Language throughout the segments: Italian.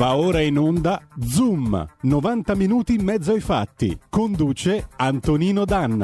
Va ora in onda Zoom, 90 minuti in mezzo ai fatti. Conduce Antonino Danna.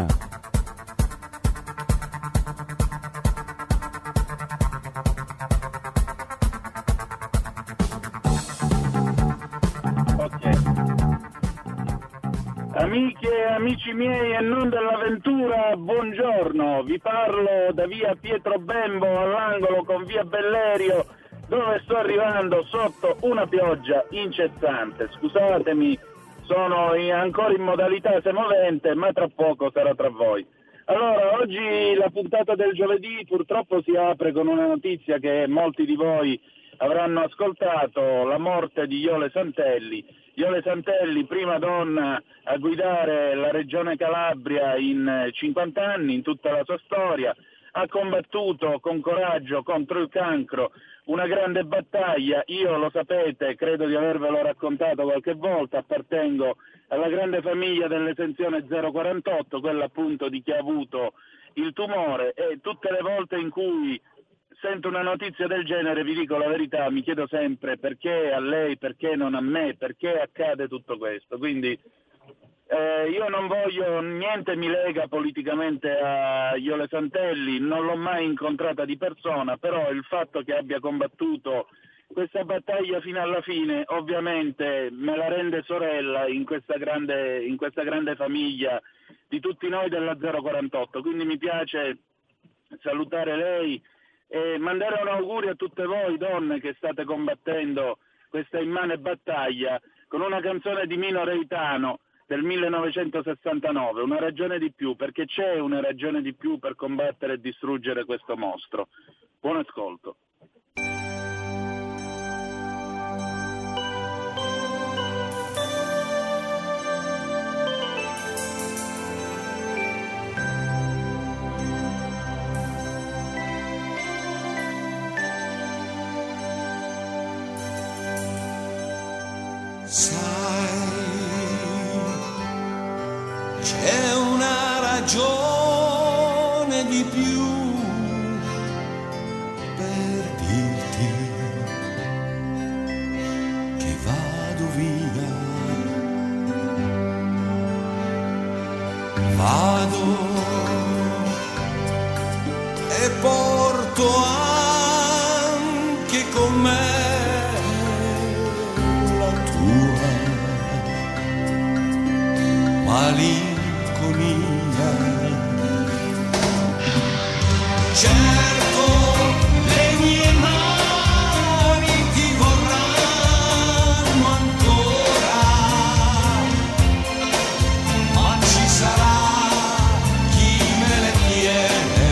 Amiche e amici miei e non dell'avventura, buongiorno. Vi parlo da via Pietro Bembo all'angolo con via Bellerio, dove sto arrivando sotto una pioggia incessante. Scusatemi, sono ancora in modalità semovente, ma tra poco sarò tra voi. Allora, oggi la puntata del giovedì purtroppo si apre con una notizia che molti di voi avranno ascoltato: la morte di Jole Santelli. Jole Santelli, prima donna a guidare la regione Calabria in 50 anni, in tutta la sua storia, ha combattuto con coraggio contro il cancro, una grande battaglia. Io, lo sapete, credo di avervelo raccontato qualche volta, appartengo alla grande famiglia dell'esenzione 048, quella appunto di chi ha avuto il tumore, e tutte le volte in cui sento una notizia del genere, vi dico la verità, mi chiedo sempre perché a lei, perché non a me, perché accade tutto questo. Quindi io non voglio, niente mi lega politicamente a Jole Santelli, non l'ho mai incontrata di persona, però il fatto che abbia combattuto questa battaglia fino alla fine ovviamente me la rende sorella in questa grande famiglia di tutti noi della 048. Quindi mi piace salutare lei e mandare un augurio a tutte voi donne che state combattendo questa immane battaglia con una canzone di Mino Reitano del 1969, Una ragione di più, perché c'è una ragione di più per combattere e distruggere questo mostro. Buon ascolto. C'è una ragione di più per dirti che vado via, vado e porto anche con me la tua malinconia. Certo, le mie mani ti vorranno ancora, ma ci sarà chi me le tiene.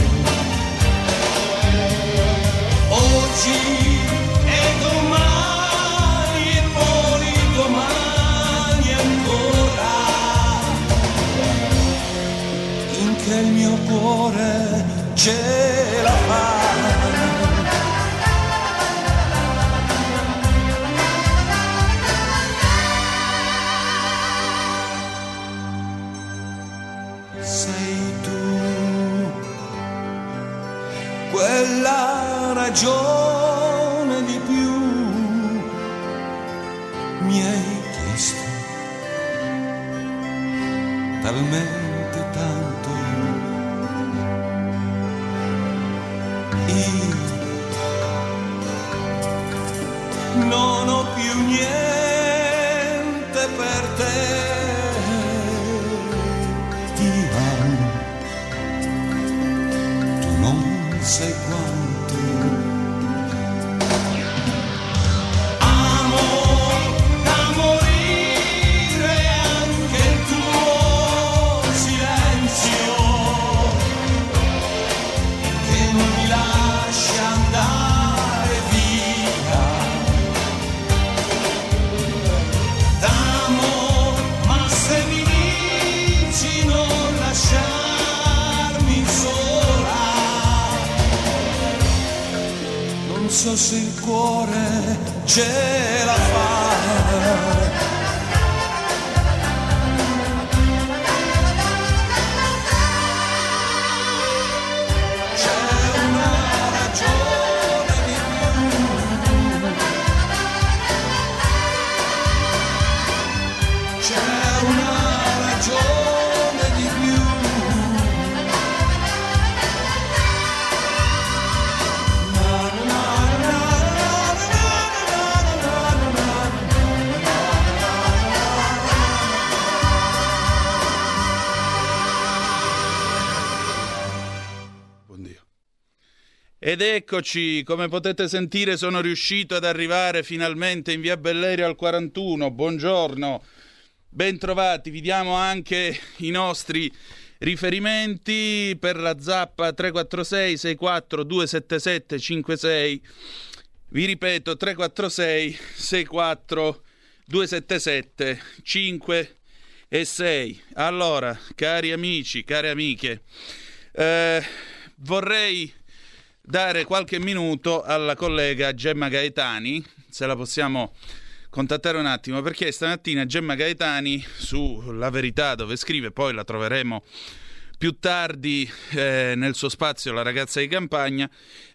Oggi e domani e poi domani ancora, finché il mio cuore ce la fa. Sei tu quella ragione di più, mi hai chiesto talmente tanto. Non ho più niente per te, ti amo, tu non sai quanto. Amo da morire anche il tuo silenzio, che non mi lascia andare via. T'amo, ma se mi dici non lasciarmi sola, non so se il cuore ce la fa. Ed eccoci, come potete sentire sono riuscito ad arrivare finalmente in via Bellerio al 41. Buongiorno, ben trovati, vi diamo anche i nostri riferimenti per la zappa 346 64 277 56. Vi ripeto 346 64 277 5 e 6. Allora, cari amici, care amiche, vorrei dare qualche minuto alla collega Gemma Gaetani, se la possiamo contattare un attimo, perché stamattina Gemma Gaetani su La Verità, dove scrive, poi la troveremo più tardi nel suo spazio La ragazza di campagna,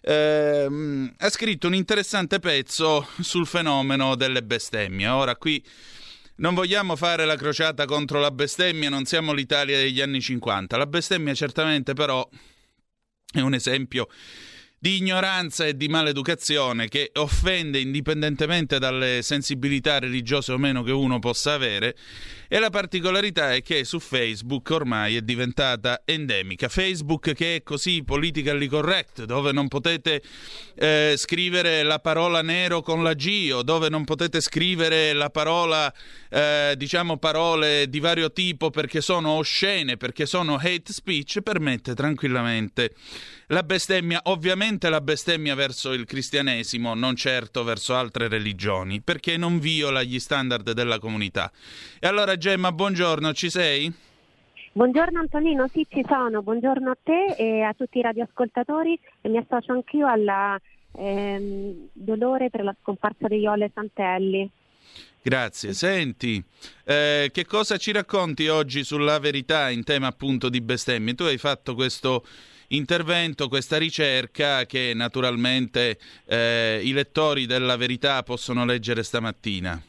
ha scritto un interessante pezzo sul fenomeno delle bestemmie. Ora qui non vogliamo fare la crociata contro la bestemmia, non siamo l'Italia degli anni 50. La bestemmia certamente però è un esempio di ignoranza e di maleducazione che offende indipendentemente dalle sensibilità religiose o meno che uno possa avere, e la particolarità è che su Facebook ormai è diventata endemica. Facebook che è così politically correct, dove non potete scrivere la parola nero con la G, o dove non potete scrivere la parola parole di vario tipo perché sono oscene, perché sono hate speech, permette tranquillamente la bestemmia, ovviamente la bestemmia verso il cristianesimo, non certo verso altre religioni, perché non viola gli standard della comunità. E allora Gemma, buongiorno, ci sei? Buongiorno Antonino, sì ci sono, buongiorno a te e a tutti i radioascoltatori, e mi associo anch'io alla dolore per la scomparsa di Iole Santelli. Grazie. Senti, che cosa ci racconti oggi sulla Verità in tema appunto di bestemmie? Tu hai fatto questo intervento, questa ricerca che naturalmente i lettori della Verità possono leggere stamattina.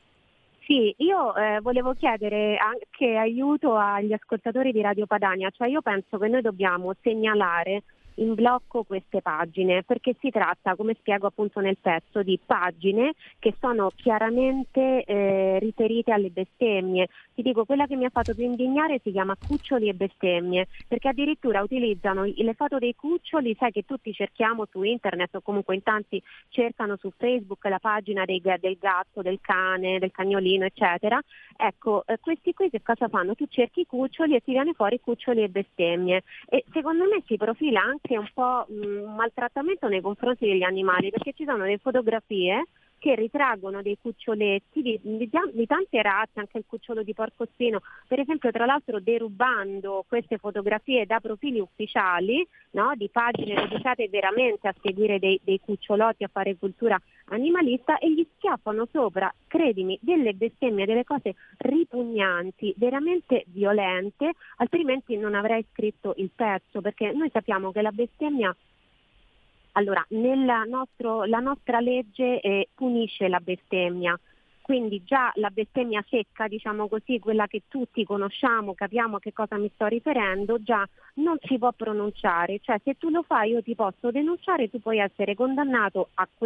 Sì, io volevo chiedere anche aiuto agli ascoltatori di Radio Padania, cioè io penso che noi dobbiamo segnalare in blocco queste pagine, perché si tratta, come spiego appunto nel pezzo, di pagine che sono chiaramente riferite alle bestemmie. Ti dico, quella che mi ha fatto più indignare si chiama Cuccioli e bestemmie, perché addirittura utilizzano le foto dei cuccioli, sai che tutti cerchiamo su internet o comunque in tanti cercano su Facebook la pagina del gatto, del cane, del cagnolino eccetera. Ecco, questi qui che cosa fanno? Tu cerchi cuccioli e ti viene fuori cuccioli e bestemmie, e secondo me si profila anche un po' un maltrattamento nei confronti degli animali, perché ci sono delle fotografie che ritraggono dei cuccioletti di tante razze, anche il cucciolo di porcospino, per esempio, tra l'altro derubando queste fotografie da profili ufficiali, no, di pagine dedicate veramente a seguire dei cucciolotti, a fare cultura animalista, e gli schiaffano sopra, credimi, delle bestemmie, delle cose ripugnanti, veramente violente, altrimenti non avrei scritto il pezzo, perché noi sappiamo che la bestemmia, allora, la nostra legge punisce la bestemmia, quindi già la bestemmia secca, diciamo così, quella che tutti conosciamo, capiamo a che cosa mi sto riferendo, già non si può pronunciare, cioè se tu lo fai io ti posso denunciare, tu puoi essere condannato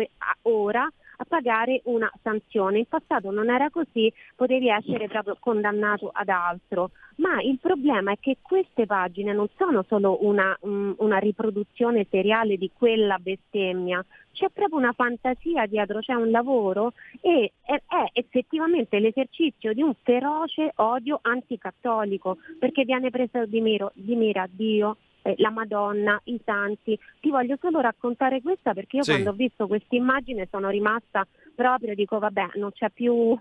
ora a pagare una sanzione. In passato non era così, potevi essere proprio condannato ad altro. Ma il problema è che queste pagine non sono solo una riproduzione seriale di quella bestemmia, c'è proprio una fantasia dietro, c'è un lavoro, e è effettivamente l'esercizio di un feroce odio anticattolico, perché viene preso di mira Dio, la Madonna, i santi. Ti voglio solo raccontare questa, perché io quando ho visto questa immagine sono rimasta proprio, dico vabbè, non c'è più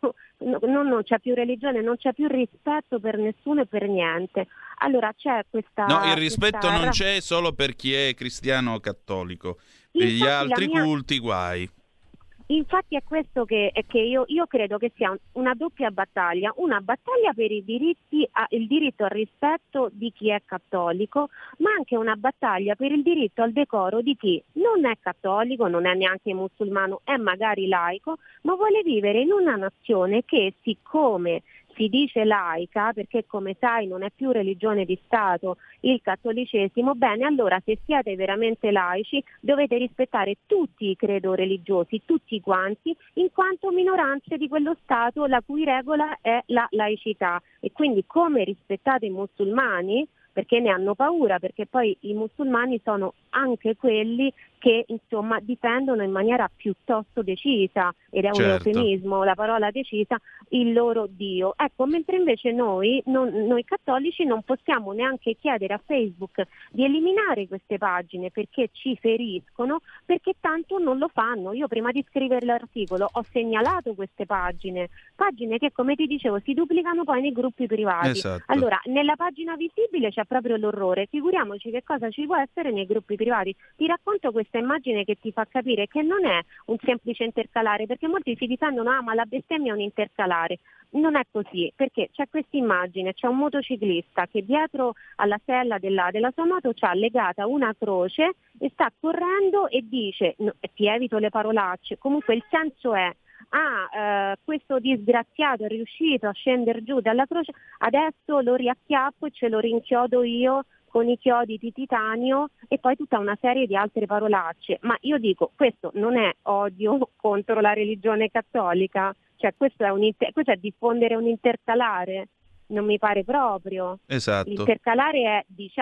religione, non c'è più rispetto per nessuno e per niente. Allora c'è questa... No, il rispetto non c'è solo per chi è cristiano o cattolico, per gli altri culti guai. Infatti è questo che io credo che sia una doppia battaglia, una battaglia per il diritto al rispetto di chi è cattolico, ma anche una battaglia per il diritto al decoro di chi non è cattolico, non è neanche musulmano, è magari laico, ma vuole vivere in una nazione che, siccome si dice laica, perché come sai non è più religione di Stato il cattolicesimo, bene, allora se siete veramente laici dovete rispettare tutti i credo religiosi, tutti quanti, in quanto minoranze di quello Stato la cui regola è la laicità, e quindi come rispettate i musulmani, perché ne hanno paura, perché poi i musulmani sono anche quelli che insomma difendono in maniera piuttosto decisa, ed è un eufemismo la parola decisa, il loro Dio. Ecco, mentre invece noi cattolici non possiamo neanche chiedere a Facebook di eliminare queste pagine perché ci feriscono, perché tanto non lo fanno. Io prima di scrivere l'articolo ho segnalato queste pagine che, come ti dicevo, si duplicano poi nei gruppi privati. Esatto. Allora, nella pagina visibile c'è proprio l'orrore, figuriamoci che cosa ci può essere nei gruppi privati. Ti racconto questa immagine che ti fa capire che non è un semplice intercalare, perché molti si difendono, ma la bestemmia è un intercalare. Non è così, perché c'è questa immagine, c'è un motociclista che dietro alla sella della sua moto c'ha legata una croce e sta correndo e dice, ti evito le parolacce, comunque il senso è: questo disgraziato è riuscito a scendere giù dalla croce, adesso lo riacchiappo e ce lo rinchiodo io con i chiodi di titanio, e poi tutta una serie di altre parolacce. Ma io dico, questo non è odio contro la religione cattolica? Cioè questo è diffondere un intercalare? Non mi pare proprio. Esatto. L'intercalare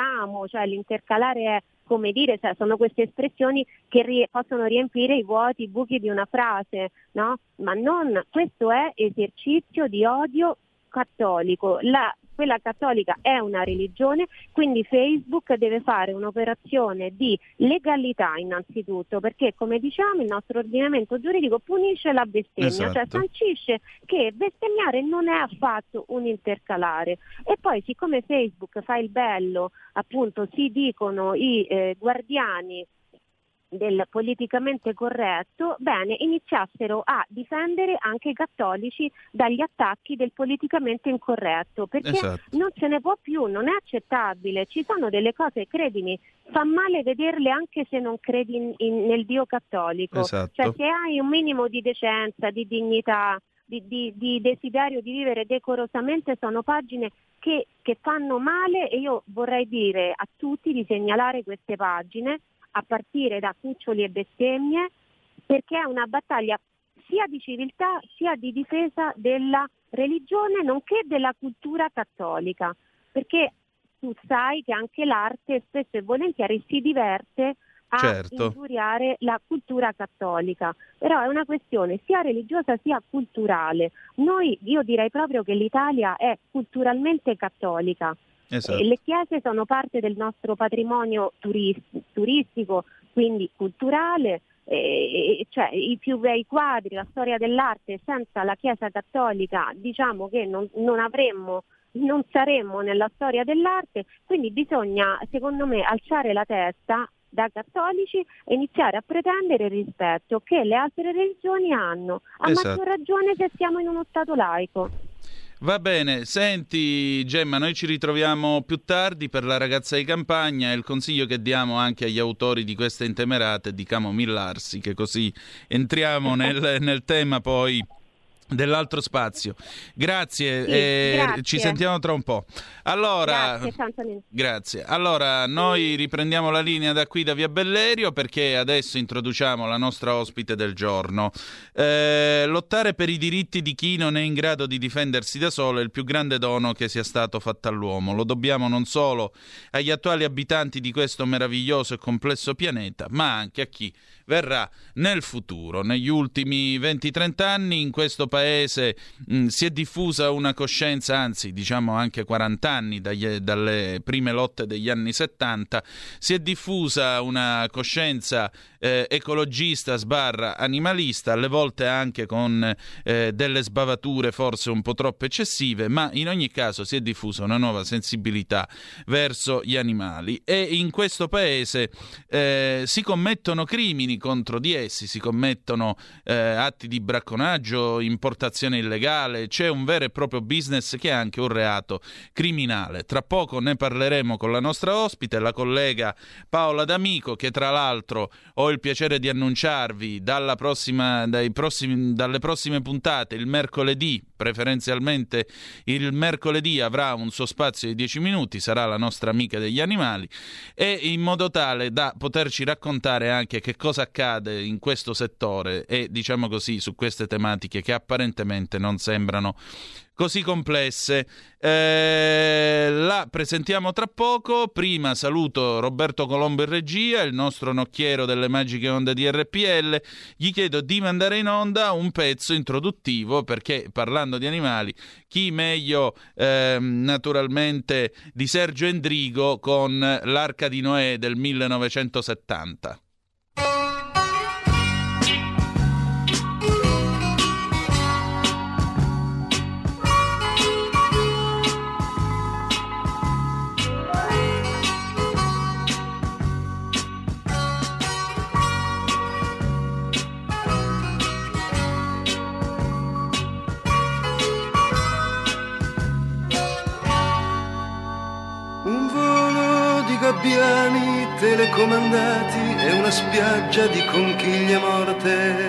l'intercalare è, come dire, cioè, sono queste espressioni che possono riempire i vuoti, i buchi di una frase, no? Ma non, questo è esercizio di odio cattolico. Quella cattolica è una religione, quindi Facebook deve fare un'operazione di legalità innanzitutto, perché, come diciamo, il nostro ordinamento giuridico punisce la bestemmia, esatto. Cioè sancisce che bestemmiare non è affatto un intercalare. E poi, siccome Facebook fa il bello, appunto, si dicono i guardiani del politicamente corretto, bene, iniziassero a difendere anche i cattolici dagli attacchi del politicamente incorretto, perché esatto. non se ne può più, non è accettabile. Ci sono delle cose, credimi, fa male vederle anche se non credi nel Dio cattolico. Esatto. Cioè, se hai un minimo di decenza, di dignità, di desiderio di vivere decorosamente, sono pagine che fanno male, e io vorrei dire a tutti di segnalare queste pagine, a partire da cuccioli e bestemmie, perché è una battaglia sia di civiltà sia di difesa della religione, nonché della cultura cattolica, perché tu sai che anche l'arte spesso e volentieri si diverte a ingiuriare la cultura cattolica, però è una questione sia religiosa sia culturale. Io direi proprio che l'Italia è culturalmente cattolica. Esatto. Le chiese sono parte del nostro patrimonio turistico, quindi culturale, cioè i più bei quadri, la storia dell'arte. Senza la Chiesa cattolica diciamo che non saremmo nella storia dell'arte, quindi bisogna, secondo me, alzare la testa da cattolici e iniziare a pretendere il rispetto che le altre religioni hanno, a maggior ragione se siamo in uno stato laico. Va bene, senti Gemma, noi ci ritroviamo più tardi per La ragazza di campagna, e il consiglio che diamo anche agli autori di queste intemerate è di camomillarsi, che così entriamo nel tema poi dell'altro spazio. Grazie, grazie. Ci sentiamo tra un po'. Allora, grazie. Allora, noi riprendiamo la linea da qui, da Via Bellerio, perché adesso introduciamo la nostra ospite del giorno. Lottare per i diritti di chi non è in grado di difendersi da solo è il più grande dono che sia stato fatto all'uomo. Lo dobbiamo non solo agli attuali abitanti di questo meraviglioso e complesso pianeta, ma anche a chi verrà nel futuro. Negli ultimi 20-30 anni in questo paese si è diffusa una coscienza, anzi diciamo anche 40 anni dalle prime lotte degli anni 70, si è diffusa una coscienza ecologista / animalista, alle volte anche con delle sbavature forse un po' troppo eccessive, ma in ogni caso si è diffusa una nuova sensibilità verso gli animali, e in questo paese si commettono crimini contro di essi, si commettono atti di bracconaggio, importazione illegale, c'è un vero e proprio business che è anche un reato criminale. Tra poco ne parleremo con la nostra ospite, la collega Paola D'Amico, che tra l'altro ho il piacere di annunciarvi dalle prossime puntate il mercoledì, preferenzialmente il mercoledì, avrà un suo spazio di 10 minuti, sarà la nostra amica degli animali, e in modo tale da poterci raccontare anche che cosa accade in questo settore e, diciamo così, su queste tematiche che apparentemente apparentemente non sembrano così complesse. La presentiamo tra poco. Prima saluto Roberto Colombo in regia, il nostro nocchiero delle magiche onde di RPL. Gli chiedo di mandare in onda un pezzo introduttivo, perché parlando di animali, chi meglio naturalmente di Sergio Endrigo con l'Arca di Noè del 1970. Gabbiani telecomandati e una spiaggia di conchiglie morte.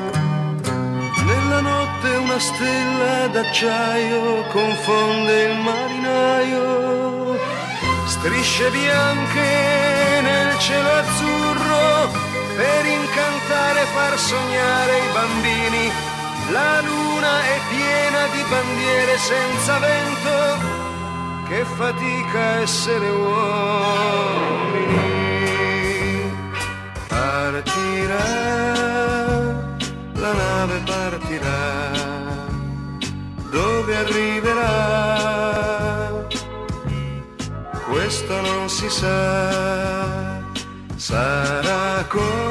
Nella notte una stella d'acciaio confonde il marinaio. Strisce bianche nel cielo azzurro per incantare e far sognare i bambini. La luna è piena di bandiere senza vento. Che fatica essere uomini. Partirà, la nave partirà, dove arriverà? Questo non si sa, sarà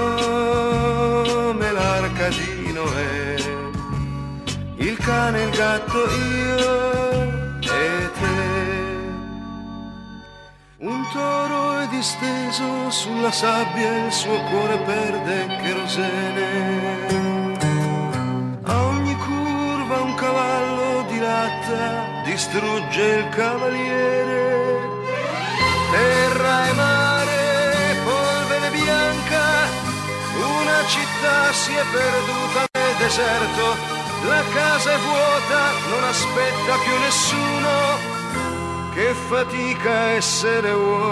come l'Arca di Noè, il cane, il gatto, io e te. Un toro è disteso sulla sabbia, il suo cuore perde cherosene. A ogni curva un cavallo dilatta, distrugge il cavaliere. Terra e mare, polvere bianca, una città si è perduta nel deserto. La casa è vuota, non aspetta più nessuno. Che fatica essere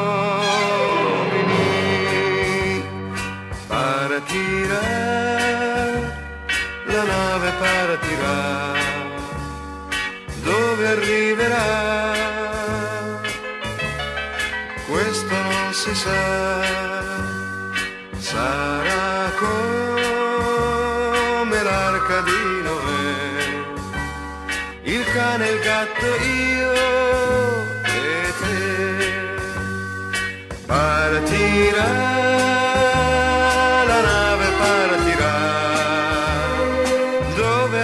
uomini. Partirà, la nave partirà, dove arriverà? Questo non si sa, sarà come l'Arca di Noè, il cane, il gatto, io. Partirà, la nave partirà, dove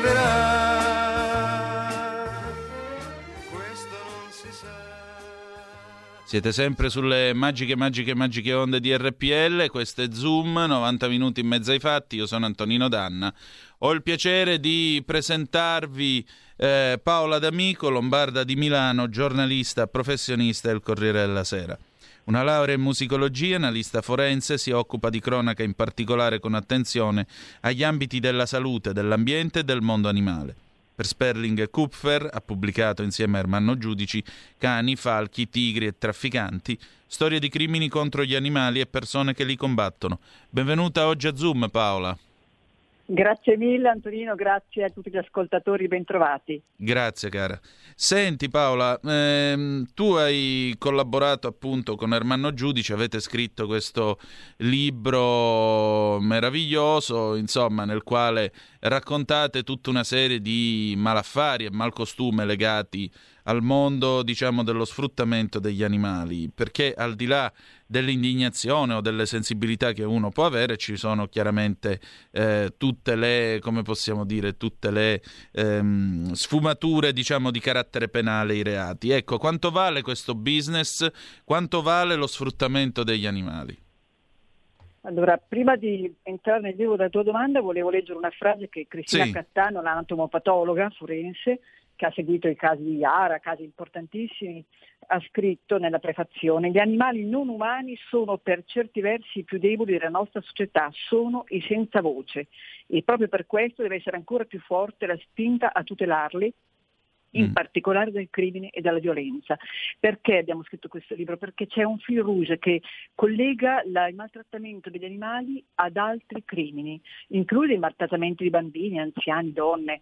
arriverà? Questo non si sa. Siete sempre sulle magiche onde di RPL, questo è Zoom, 90 minuti in mezzo ai fatti. Io sono Antonino Danna. Ho il piacere di presentarvi Paola D'Amico, lombarda di Milano, giornalista professionista del Corriere della Sera. Una laurea in musicologia, analista forense, si occupa di cronaca in particolare con attenzione agli ambiti della salute, dell'ambiente e del mondo animale. Per Sperling e Kupfer ha pubblicato insieme a Ermanno Giudici Cani, falchi, tigri e trafficanti, storie di crimini contro gli animali e persone che li combattono. Benvenuta oggi a Zoom, Paola. Grazie mille Antonino, grazie a tutti gli ascoltatori, bentrovati. Grazie cara. Senti Paola, tu hai collaborato appunto con Ermanno Giudici, avete scritto questo libro meraviglioso, insomma, nel quale raccontate tutta una serie di malaffari e malcostume legati al mondo, diciamo, dello sfruttamento degli animali, perché al di là dell'indignazione o delle sensibilità che uno può avere, ci sono chiaramente tutte le, come possiamo dire, tutte le sfumature, diciamo, di carattere penale, i reati. Ecco, quanto vale questo business? Quanto vale lo sfruttamento degli animali? Allora, prima di entrare nel vivo della tua domanda, volevo leggere una frase che Cristina Cattano, l'anatomopatologa forense, che ha seguito i casi di Iara, casi importantissimi, ha scritto nella prefazione: gli animali non umani sono per certi versi i più deboli della nostra società, sono i senza voce, e proprio per questo deve essere ancora più forte la spinta a tutelarli in particolare del crimine e dalla violenza. Perché abbiamo scritto questo libro? Perché c'è un fil rouge che collega il maltrattamento degli animali ad altri crimini, include il maltrattamento di bambini, anziani, donne,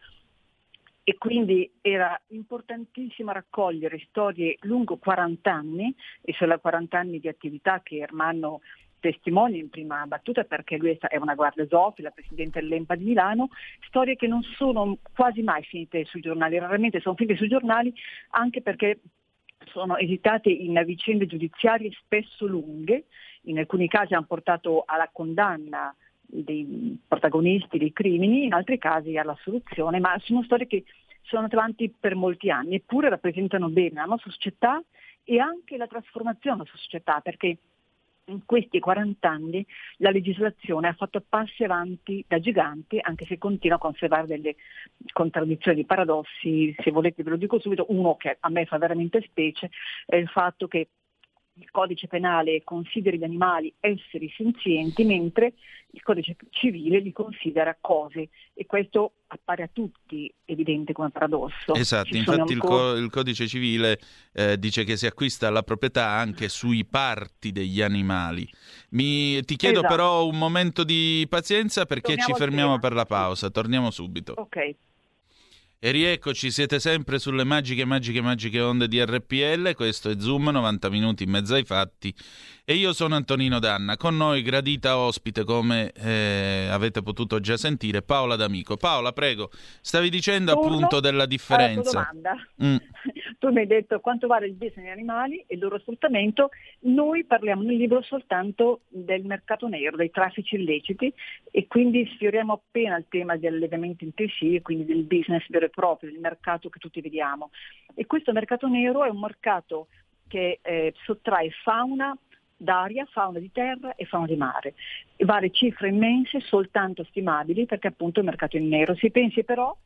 e quindi era importantissimo raccogliere storie lungo 40 anni, e sono 40 anni di attività che Ermanno testimonia in prima battuta, perché lui è una guardia zoofila, presidente dell'EMPA di Milano, storie che non sono quasi mai finite sui giornali, raramente sono finite sui giornali, anche perché sono esitate in vicende giudiziarie spesso lunghe, in alcuni casi hanno portato alla condanna dei protagonisti dei crimini, in altri casi all'assoluzione, ma sono storie che sono andate avanti per molti anni, eppure rappresentano bene la nostra società e anche la trasformazione della società, perché in questi 40 anni la legislazione ha fatto passi avanti da gigante, anche se continua a conservare delle contraddizioni, paradossi. Se volete ve lo dico subito. Uno che a me fa veramente specie è il fatto che il codice penale consideri gli animali esseri senzienti, mentre il codice civile li considera cose, e questo appare a tutti evidente come paradosso. Esatto, infatti il codice civile dice che si acquista la proprietà anche sui parti degli animali. Ti chiedo però un momento di pazienza, perché ci fermiamo per la pausa, torniamo subito. Ok. E rieccoci, siete sempre sulle magiche onde di RPL, questo è Zoom, 90 minuti in mezzo ai fatti, e io sono Antonino Danna. Con noi gradita ospite, come avete potuto già sentire, Paola D'Amico. Paola, prego, stavi dicendo appunto della differenza. Tu mi hai detto quanto vale il business degli animali e il loro sfruttamento. Noi parliamo nel libro soltanto del mercato nero, dei traffici illeciti, e quindi sfioriamo appena il tema degli allevamenti intensivi, quindi del business vero e proprio, del mercato che tutti vediamo. E questo mercato nero è un mercato che sottrae fauna d'aria, fauna di terra e fauna di mare, e varie cifre immense soltanto stimabili, perché appunto il mercato in nero. Si pensi però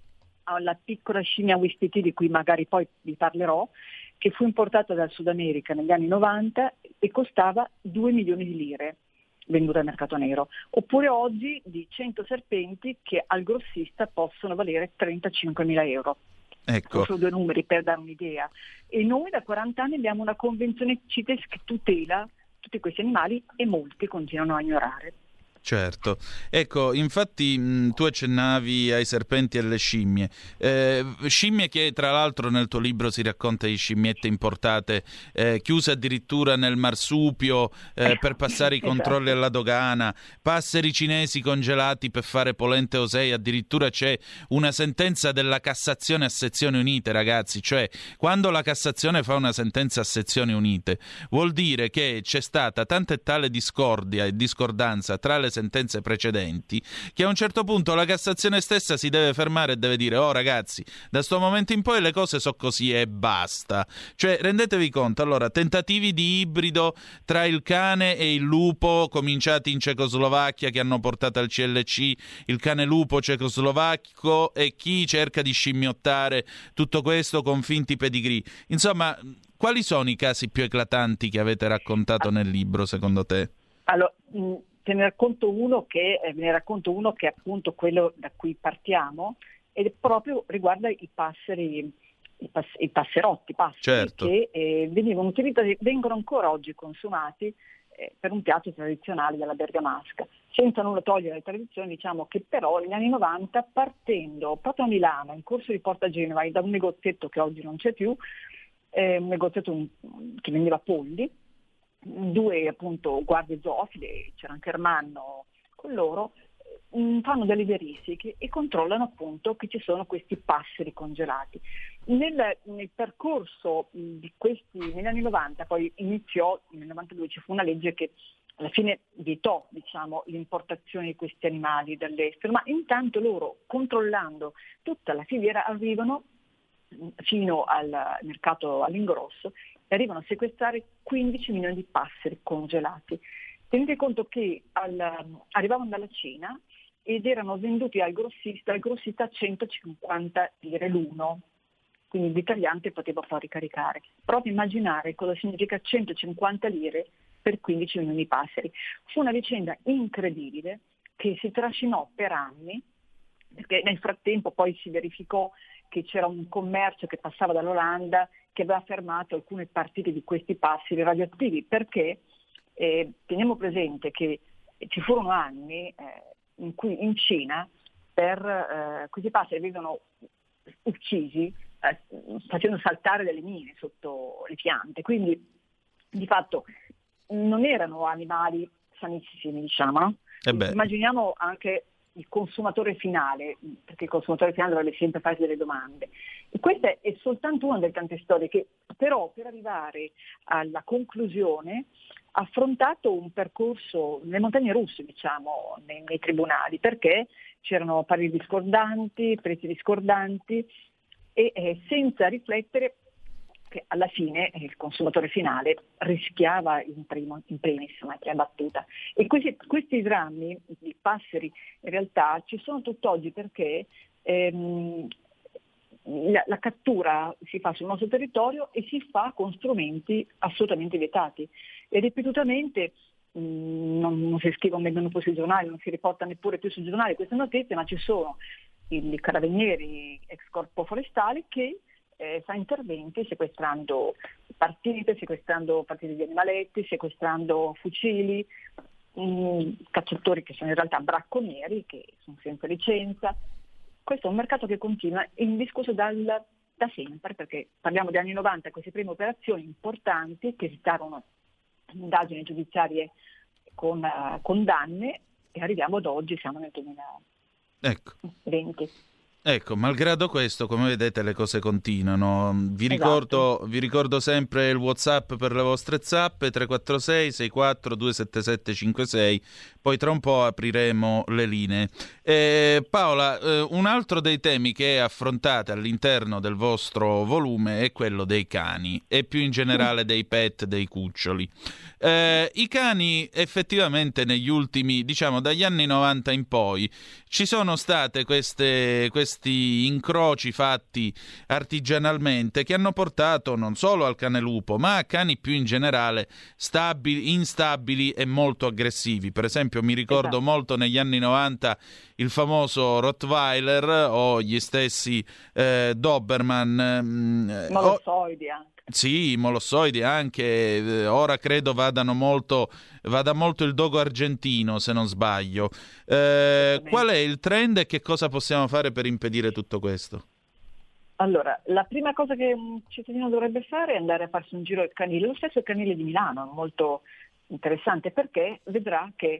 alla piccola scimmia Whiskey di cui magari poi vi parlerò, che fu importata dal Sud America negli anni 90 e costava 2 milioni di lire, venduta al mercato nero. Oppure oggi di 100 serpenti che al grossista possono valere 35.000 euro. Ecco. Sono due numeri per dare un'idea. E noi da 40 anni abbiamo una convenzione CITES che tutela tutti questi animali, e molti continuano a ignorare. Certo, ecco, infatti tu accennavi ai serpenti e alle scimmie, scimmie che tra l'altro nel tuo libro si racconta di scimmiette importate, chiuse addirittura nel marsupio per passare i controlli alla dogana, passeri cinesi congelati per fare polente osei, addirittura c'è una sentenza della Cassazione a sezioni unite, ragazzi, cioè quando la Cassazione fa una sentenza a sezioni unite vuol dire che c'è stata tanta e tale discordia e discordanza tra le sentenze precedenti che a un certo punto la Cassazione stessa si deve fermare e deve dire: oh ragazzi, da sto momento in poi le cose sono così e basta. Cioè, rendetevi conto, allora, tentativi di ibrido tra il cane e il lupo cominciati in Cecoslovacchia, che hanno portato al CLC il cane lupo cecoslovacco, e chi cerca di scimmiottare tutto questo con finti pedigree. Insomma, quali sono i casi più eclatanti che avete raccontato nel libro, secondo te? Allora, ve ne racconto uno che è appunto quello da cui partiamo, ed proprio riguarda i passeri, i passerotti, certo, che venivano utilizzati, vengono ancora oggi consumati per un piatto tradizionale della bergamasca. Senza nulla togliere le tradizioni, diciamo che però negli anni 90, partendo proprio a Milano, in corso di Porta Genova, da un negozietto che oggi non c'è più, un negozietto che vendeva polli, due appunto guardie zoofile, c'era anche Ermanno con loro, fanno delle verifiche e controllano appunto che ci sono questi passeri congelati. Nel percorso di questi, negli anni 90, poi iniziò, nel 92 ci fu una legge che alla fine vietò, diciamo, l'importazione di questi animali dall'estero, ma intanto loro, controllando tutta la filiera, arrivano fino al mercato all'ingrosso e arrivano a sequestrare 15 milioni di passeri congelati. Tenete conto che arrivavano dalla Cina ed erano venduti al grossista a 150 lire l'uno, quindi il ditagliante poteva poi ricaricare. Proprio immaginare cosa significa 150 lire per 15 milioni di passeri. Fu una vicenda incredibile che si trascinò per anni, perché nel frattempo poi si verificò che c'era un commercio che passava dall'Olanda che aveva fermato alcune partite di questi passeri radioattivi, perché teniamo presente che ci furono anni in cui in Cina questi passeri venivano uccisi facendo saltare delle mine sotto le piante, quindi di fatto non erano animali sanissimi, diciamo, no? Immaginiamo anche il consumatore finale, perché il consumatore finale dovrebbe sempre fare delle domande. E questa è soltanto una delle tante storie che però per arrivare alla conclusione ha affrontato un percorso nelle montagne russe, diciamo, nei tribunali, perché c'erano pareri discordanti, prezzi discordanti e senza riflettere che alla fine il consumatore finale rischiava in primis, in prima battuta. E questi drammi di passeri in realtà ci sono tutt'oggi perché la cattura si fa sul nostro territorio e si fa con strumenti assolutamente vietati. E ripetutamente non si scrivono nemmeno più sui giornali, non si riporta neppure più sui giornali queste notizie, ma ci sono i carabinieri ex corpo forestale che fa interventi sequestrando partite di animaletti, sequestrando fucili, cacciatori che sono in realtà bracconieri, che sono senza licenza. Questo è un mercato che continua indiscusso da sempre, perché parliamo degli anni 90, queste prime operazioni importanti che esitarono indagini giudiziarie con condanne, e arriviamo ad oggi, siamo nel 2020. Ecco, malgrado questo, come vedete, le cose continuano. Vi ricordo sempre il WhatsApp per le vostre zappe, 346 64 277 56, poi tra un po' apriremo le linee. Paola, un altro dei temi che affrontate all'interno del vostro volume è quello dei cani e più in generale dei pet, dei cuccioli. I cani effettivamente negli ultimi, diciamo dagli anni 90 in poi, ci sono state questi incroci fatti artigianalmente che hanno portato non solo al cane lupo ma a cani più in generale instabili e molto aggressivi. Per esempio mi ricordo molto negli anni 90 il famoso Rottweiler o gli stessi Doberman, molossoidi anche. Sì, i molossoidi anche, ora credo vada molto il dogo argentino, se non sbaglio. Qual è il trend e che cosa possiamo fare per impedire tutto questo? Allora, la prima cosa che un cittadino dovrebbe fare è andare a farsi un giro al canile, lo stesso il canile di Milano, molto interessante, perché vedrà che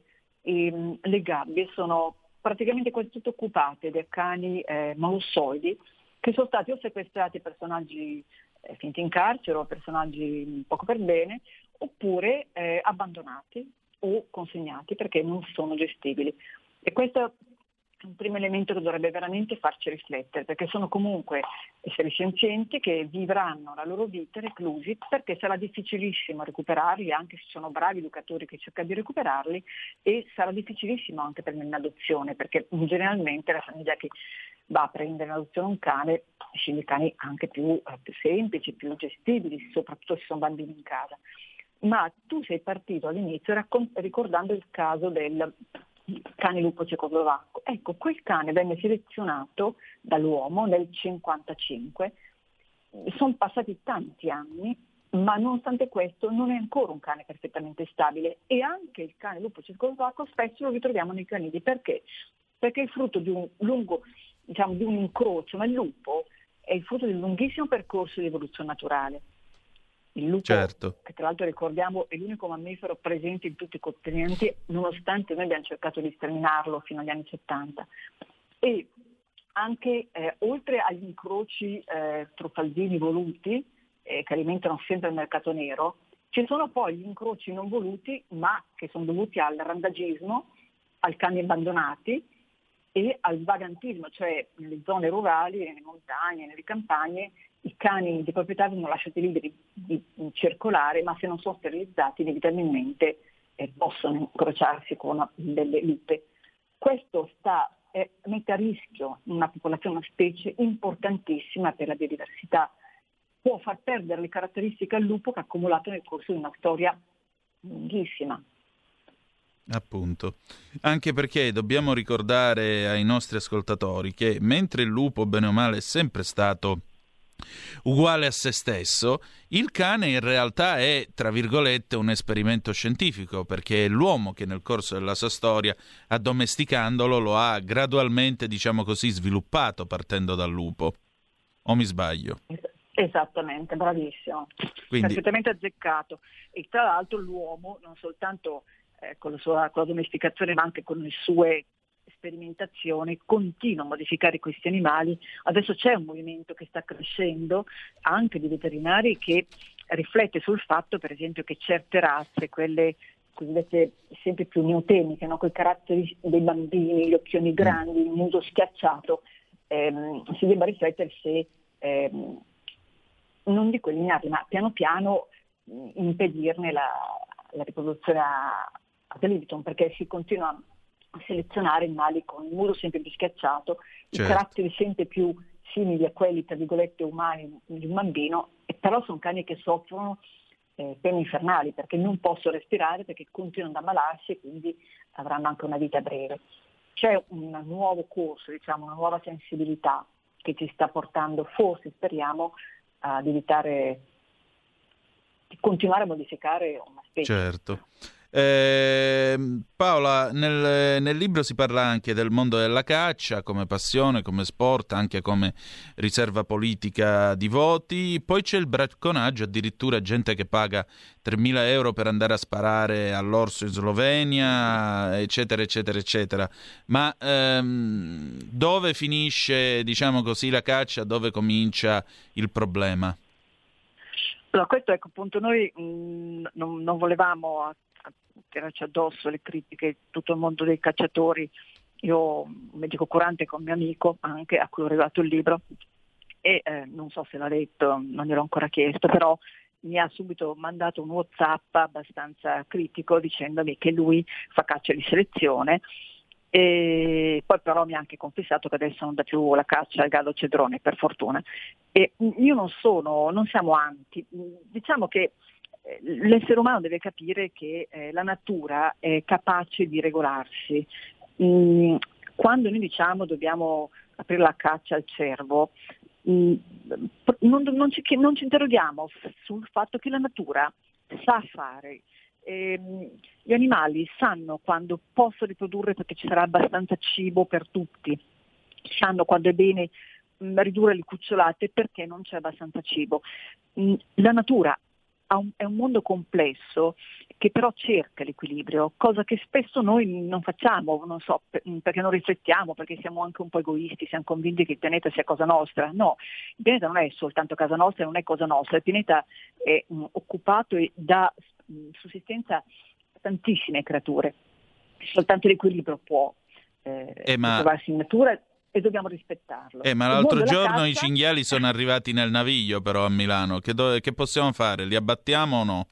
le gabbie sono praticamente quasi tutte occupate da cani molossoidi che sono stati o sequestrati personaggi finiti in carcere o personaggi poco per bene, oppure abbandonati o consegnati perché non sono gestibili. E questo è un primo elemento che dovrebbe veramente farci riflettere, perché sono comunque esseri senzienti che vivranno la loro vita reclusi, perché sarà difficilissimo recuperarli, anche se sono bravi educatori che cercano di recuperarli, e sarà difficilissimo anche prendere in adozione, perché generalmente la famiglia che va a prendere in adozione un cane sceglie cani anche più semplici, più gestibili, soprattutto se sono bambini in casa. Ma tu sei partito all'inizio ricordando il caso del cane lupo cecoslovacco. Ecco, quel cane venne selezionato dall'uomo nel 1955, sono passati tanti anni, ma nonostante questo non è ancora un cane perfettamente stabile, e anche il cane lupo cecoslovacco spesso lo ritroviamo nei canili. Perché? Perché è il frutto di un lungo, diciamo, di un incrocio, ma il lupo è il frutto di un lunghissimo percorso di evoluzione naturale. Il lupo, certo, che tra l'altro ricordiamo è l'unico mammifero presente in tutti i continenti, nonostante noi abbiamo cercato di sterminarlo fino agli anni 70. E anche oltre agli incroci truffaldini voluti, che alimentano sempre il mercato nero, ci sono poi gli incroci non voluti, ma che sono dovuti al randagismo, ai cani abbandonati e al vagantismo, cioè nelle zone rurali, nelle montagne, nelle campagne, i cani di proprietà vengono lasciati liberi di circolare, ma se non sono sterilizzati inevitabilmente possono incrociarsi con delle lupe. Questo mette a rischio una popolazione, una specie importantissima per la biodiversità. Può far perdere le caratteristiche al lupo che ha accumulato nel corso di una storia lunghissima. Appunto, anche perché dobbiamo ricordare ai nostri ascoltatori che mentre il lupo, bene o male, è sempre stato uguale a se stesso, il cane in realtà è, tra virgolette, un esperimento scientifico, perché è l'uomo che nel corso della sua storia, addomesticandolo, lo ha gradualmente, diciamo così, sviluppato partendo dal lupo. O mi sbaglio? Esattamente, bravissimo. Quindi... perfettamente azzeccato. E tra l'altro l'uomo non soltanto con la domesticazione ma anche con le sue sperimentazioni continua a modificare questi animali. Adesso c'è un movimento che sta crescendo anche di veterinari che riflette sul fatto, per esempio, che certe razze, quelle cosiddette sempre più neoteniche, no? Con i caratteri dei bambini, gli occhioni grandi, il muso schiacciato, si debba riflettere se non dico eliminarli, ma piano piano impedirne la riproduzione ad libitum, perché si continua a selezionare animali con il muso sempre più schiacciato, i caratteri sempre più simili a quelli, tra virgolette, umani di un bambino, e però sono cani che soffrono pene infernali perché non possono respirare, perché continuano ad ammalarsi e quindi avranno anche una vita breve. C'è un nuovo corso, diciamo, una nuova sensibilità che ci sta portando, forse speriamo, ad evitare di continuare a modificare una specie. Certo. Paola, nel libro si parla anche del mondo della caccia come passione, come sport, anche come riserva politica di voti. Poi c'è il bracconaggio, addirittura gente che paga 3.000 euro per andare a sparare all'orso in Slovenia, eccetera, eccetera, eccetera. Ma dove finisce, diciamo così, la caccia, dove comincia il problema? Allora, questo, ecco, appunto, noi non volevamo tirarci addosso le critiche, tutto il mondo dei cacciatori. Io ho un medico curante con mio amico, anche a cui ho regalato il libro, e non so se l'ha letto, non gliel'ho ancora chiesto, però mi ha subito mandato un WhatsApp abbastanza critico dicendomi che lui fa caccia di selezione, e poi però mi ha anche confessato che adesso non dà più la caccia al gallo cedrone, per fortuna. E io non siamo anti, diciamo che l'essere umano deve capire che la natura è capace di regolarsi. Quando noi diciamo dobbiamo aprire la caccia al cervo, non ci interroghiamo sul fatto che la natura sa fare. Gli animali sanno quando possono riprodurre perché ci sarà abbastanza cibo per tutti, sanno quando è bene ridurre le cucciolate perché non c'è abbastanza cibo. La natura è un mondo complesso che però cerca l'equilibrio, cosa che spesso noi non facciamo, non so, perché non riflettiamo, perché siamo anche un po' egoisti, siamo convinti che il pianeta sia cosa nostra. No, il pianeta non è soltanto casa nostra, non è cosa nostra, il pianeta è occupato e dà sussistenza a tantissime creature, soltanto l'equilibrio può trovarsi in natura e dobbiamo rispettarlo. Ma l'altro giorno i cinghiali sono arrivati nel Naviglio però a Milano, che possiamo fare? Li abbattiamo o no?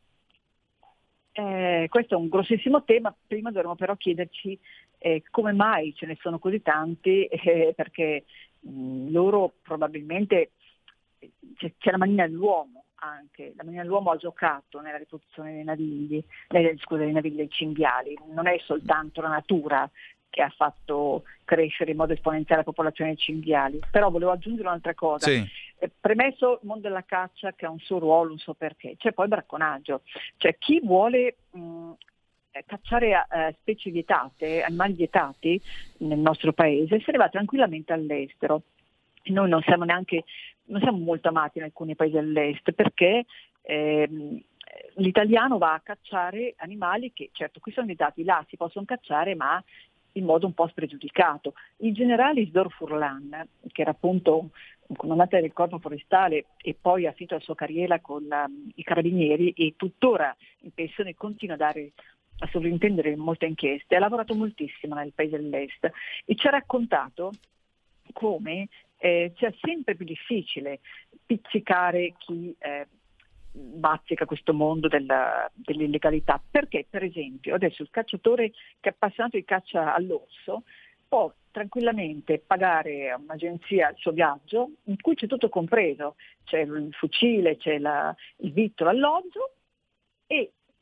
Questo è un grossissimo tema. Prima dovremmo però chiederci come mai ce ne sono così tanti, perché loro probabilmente c'è la manina dell'uomo anche, la manina dell'uomo ha giocato nella riproduzione dei navigli, dei cinghiali, non è soltanto la natura che ha fatto crescere in modo esponenziale la popolazione dei cinghiali. Però volevo aggiungere un'altra cosa. Sì. Premesso il mondo della caccia che ha un suo ruolo, un suo perché, c'è poi il bracconaggio. Cioè chi vuole cacciare specie vietate, animali vietati nel nostro paese, se ne va tranquillamente all'estero. E noi non siamo molto amati in alcuni paesi dell'est perché l'italiano va a cacciare animali che, certo, qui sono vietati, là si possono cacciare, ma in modo un po' spregiudicato. Il generale Isidoro Furlan, che era appunto un comandante del Corpo Forestale e poi ha finito la sua carriera con i Carabinieri e tuttora in pensione continua a sovrintendere molte inchieste, ha lavorato moltissimo nel paese dell'est e ci ha raccontato come sia sempre più difficile pizzicare chi bazzica questo mondo dell'illegalità, perché per esempio adesso il cacciatore che è appassionato di caccia all'orso può tranquillamente pagare a un'agenzia il suo viaggio in cui c'è tutto compreso, c'è il fucile, c'è il vitto, l'alloggio, e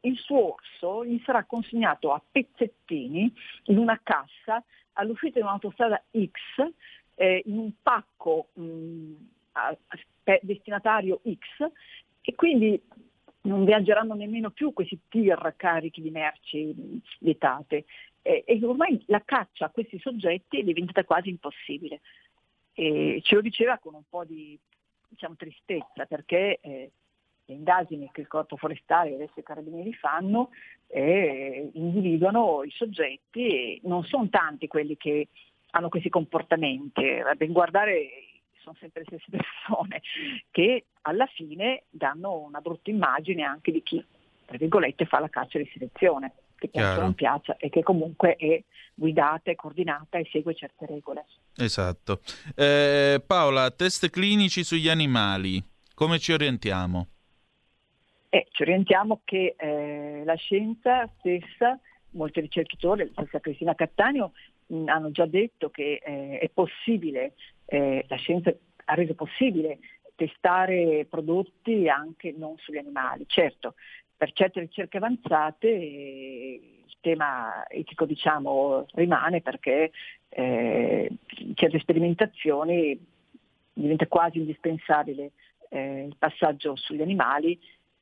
il suo orso gli sarà consegnato a pezzettini in una cassa all'uscita di un'autostrada X, in un pacco destinatario X, e quindi non viaggeranno nemmeno più questi tir carichi di merci vietate. E ormai la caccia a questi soggetti è diventata quasi impossibile. E ce lo diceva con un po' di tristezza, perché le indagini che il Corpo Forestale e adesso i Carabinieri fanno individuano i soggetti, e non sono tanti quelli che hanno questi comportamenti. A ben guardare sono sempre le stesse persone che alla fine danno una brutta immagine anche di chi, tra virgolette, fa la caccia di selezione, che piaccia o non piaccia, e che comunque è guidata, è coordinata e segue certe regole. Esatto. Paola, test clinici sugli animali, come ci orientiamo? Ci orientiamo che la scienza stessa, molti ricercatori, la stessa Cristina Cattaneo, hanno già detto che è possibile, la scienza ha reso possibile testare prodotti anche non sugli animali. Certo, per certe ricerche avanzate il tema etico rimane, perché certe sperimentazioni diventa quasi indispensabile il passaggio sugli animali.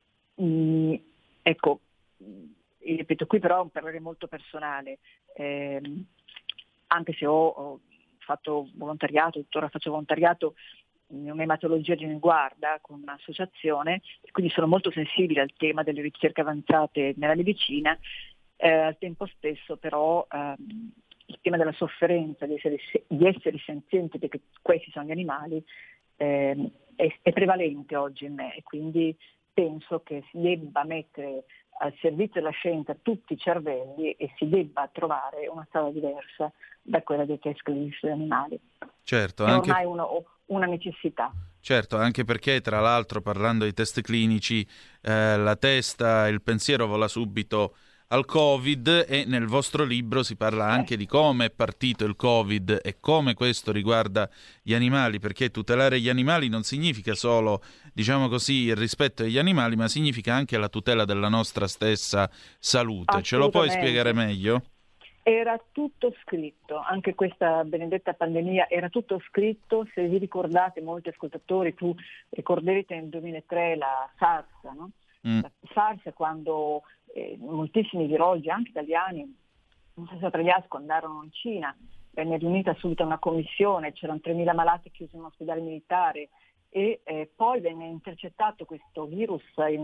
Ecco, ripeto, qui però è un parere molto personale, anche se ho fatto volontariato, tuttora faccio volontariato in un'ematologia di guarda con un'associazione, e quindi sono molto sensibile al tema delle ricerche avanzate nella medicina. Al tempo stesso però il tema della sofferenza di esseri senzienti, perché questi sono gli animali, è prevalente oggi in me, e quindi penso che si debba mettere al servizio della scienza tutti i cervelli e si debba trovare una strada diversa da quella dei test clinici sugli animali. Certo, è ormai una necessità. Certo, anche perché tra l'altro, parlando di test clinici, la testa, il pensiero vola subito al Covid, e nel vostro libro si parla anche di come è partito il Covid e come questo riguarda gli animali, perché tutelare gli animali non significa solo, diciamo così, il rispetto degli animali, ma significa anche la tutela della nostra stessa salute. Ce lo puoi spiegare meglio? Era tutto scritto, anche questa benedetta pandemia era tutto scritto. Se vi ricordate, molti ascoltatori, tu ricorderete nel 2003 la SARS, no? La SARS, quando moltissimi virologi, anche italiani, non so se Pregliasco, andarono in Cina, venne riunita subito una commissione, c'erano 3.000 malati chiusi in un ospedale militare, e poi venne intercettato questo virus in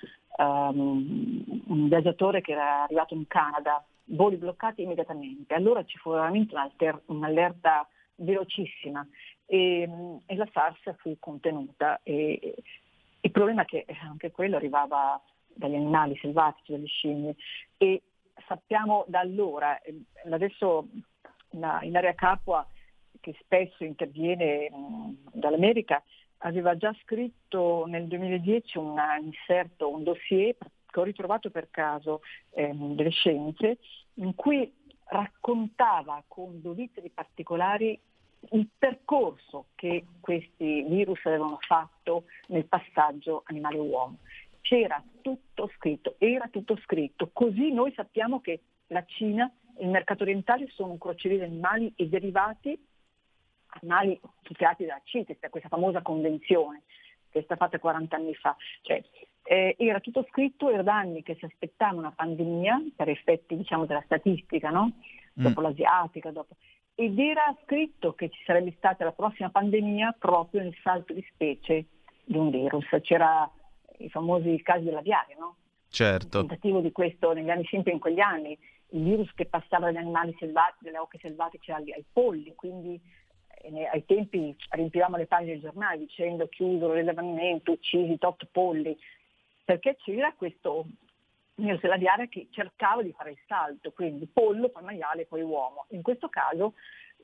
un viaggiatore che era arrivato in Canada, voli bloccati immediatamente. Allora ci fu veramente un'allerta velocissima, e la SARS fu contenuta. E il problema è che anche quello arrivava dagli animali selvatici, dalle scimmie, e sappiamo da allora, adesso in area Capua, che spesso interviene dall'America, aveva già scritto nel 2010 un dossier che ho ritrovato per caso delle scienze, in cui raccontava con dovizia di particolari il percorso che questi virus avevano fatto nel passaggio animale-uomo. C'era tutto scritto, era tutto scritto, così noi sappiamo che la Cina e il mercato orientale sono un crocevia di animali e derivati, animali tutelati dalla CITES, questa famosa convenzione che è stata fatta 40 anni fa. Era tutto scritto, era da anni che si aspettava una pandemia per effetti della statistica, no? Dopo l'asiatica, ed era scritto che ci sarebbe stata la prossima pandemia proprio nel salto di specie di un virus. C'era i famosi casi dell'aviaria, no? Certo. Il tentativo di questo negli anni, sempre in quegli anni, il virus che passava dagli animali selvatici, dalle oche selvatiche ai polli, quindi ai tempi riempivamo le pagine dei giornali dicendo chiuso l'allevamento, uccisi tot polli, perché c'era questo virus dell'aviaria che cercava di fare il salto, quindi pollo, poi maiale, poi uomo. In questo caso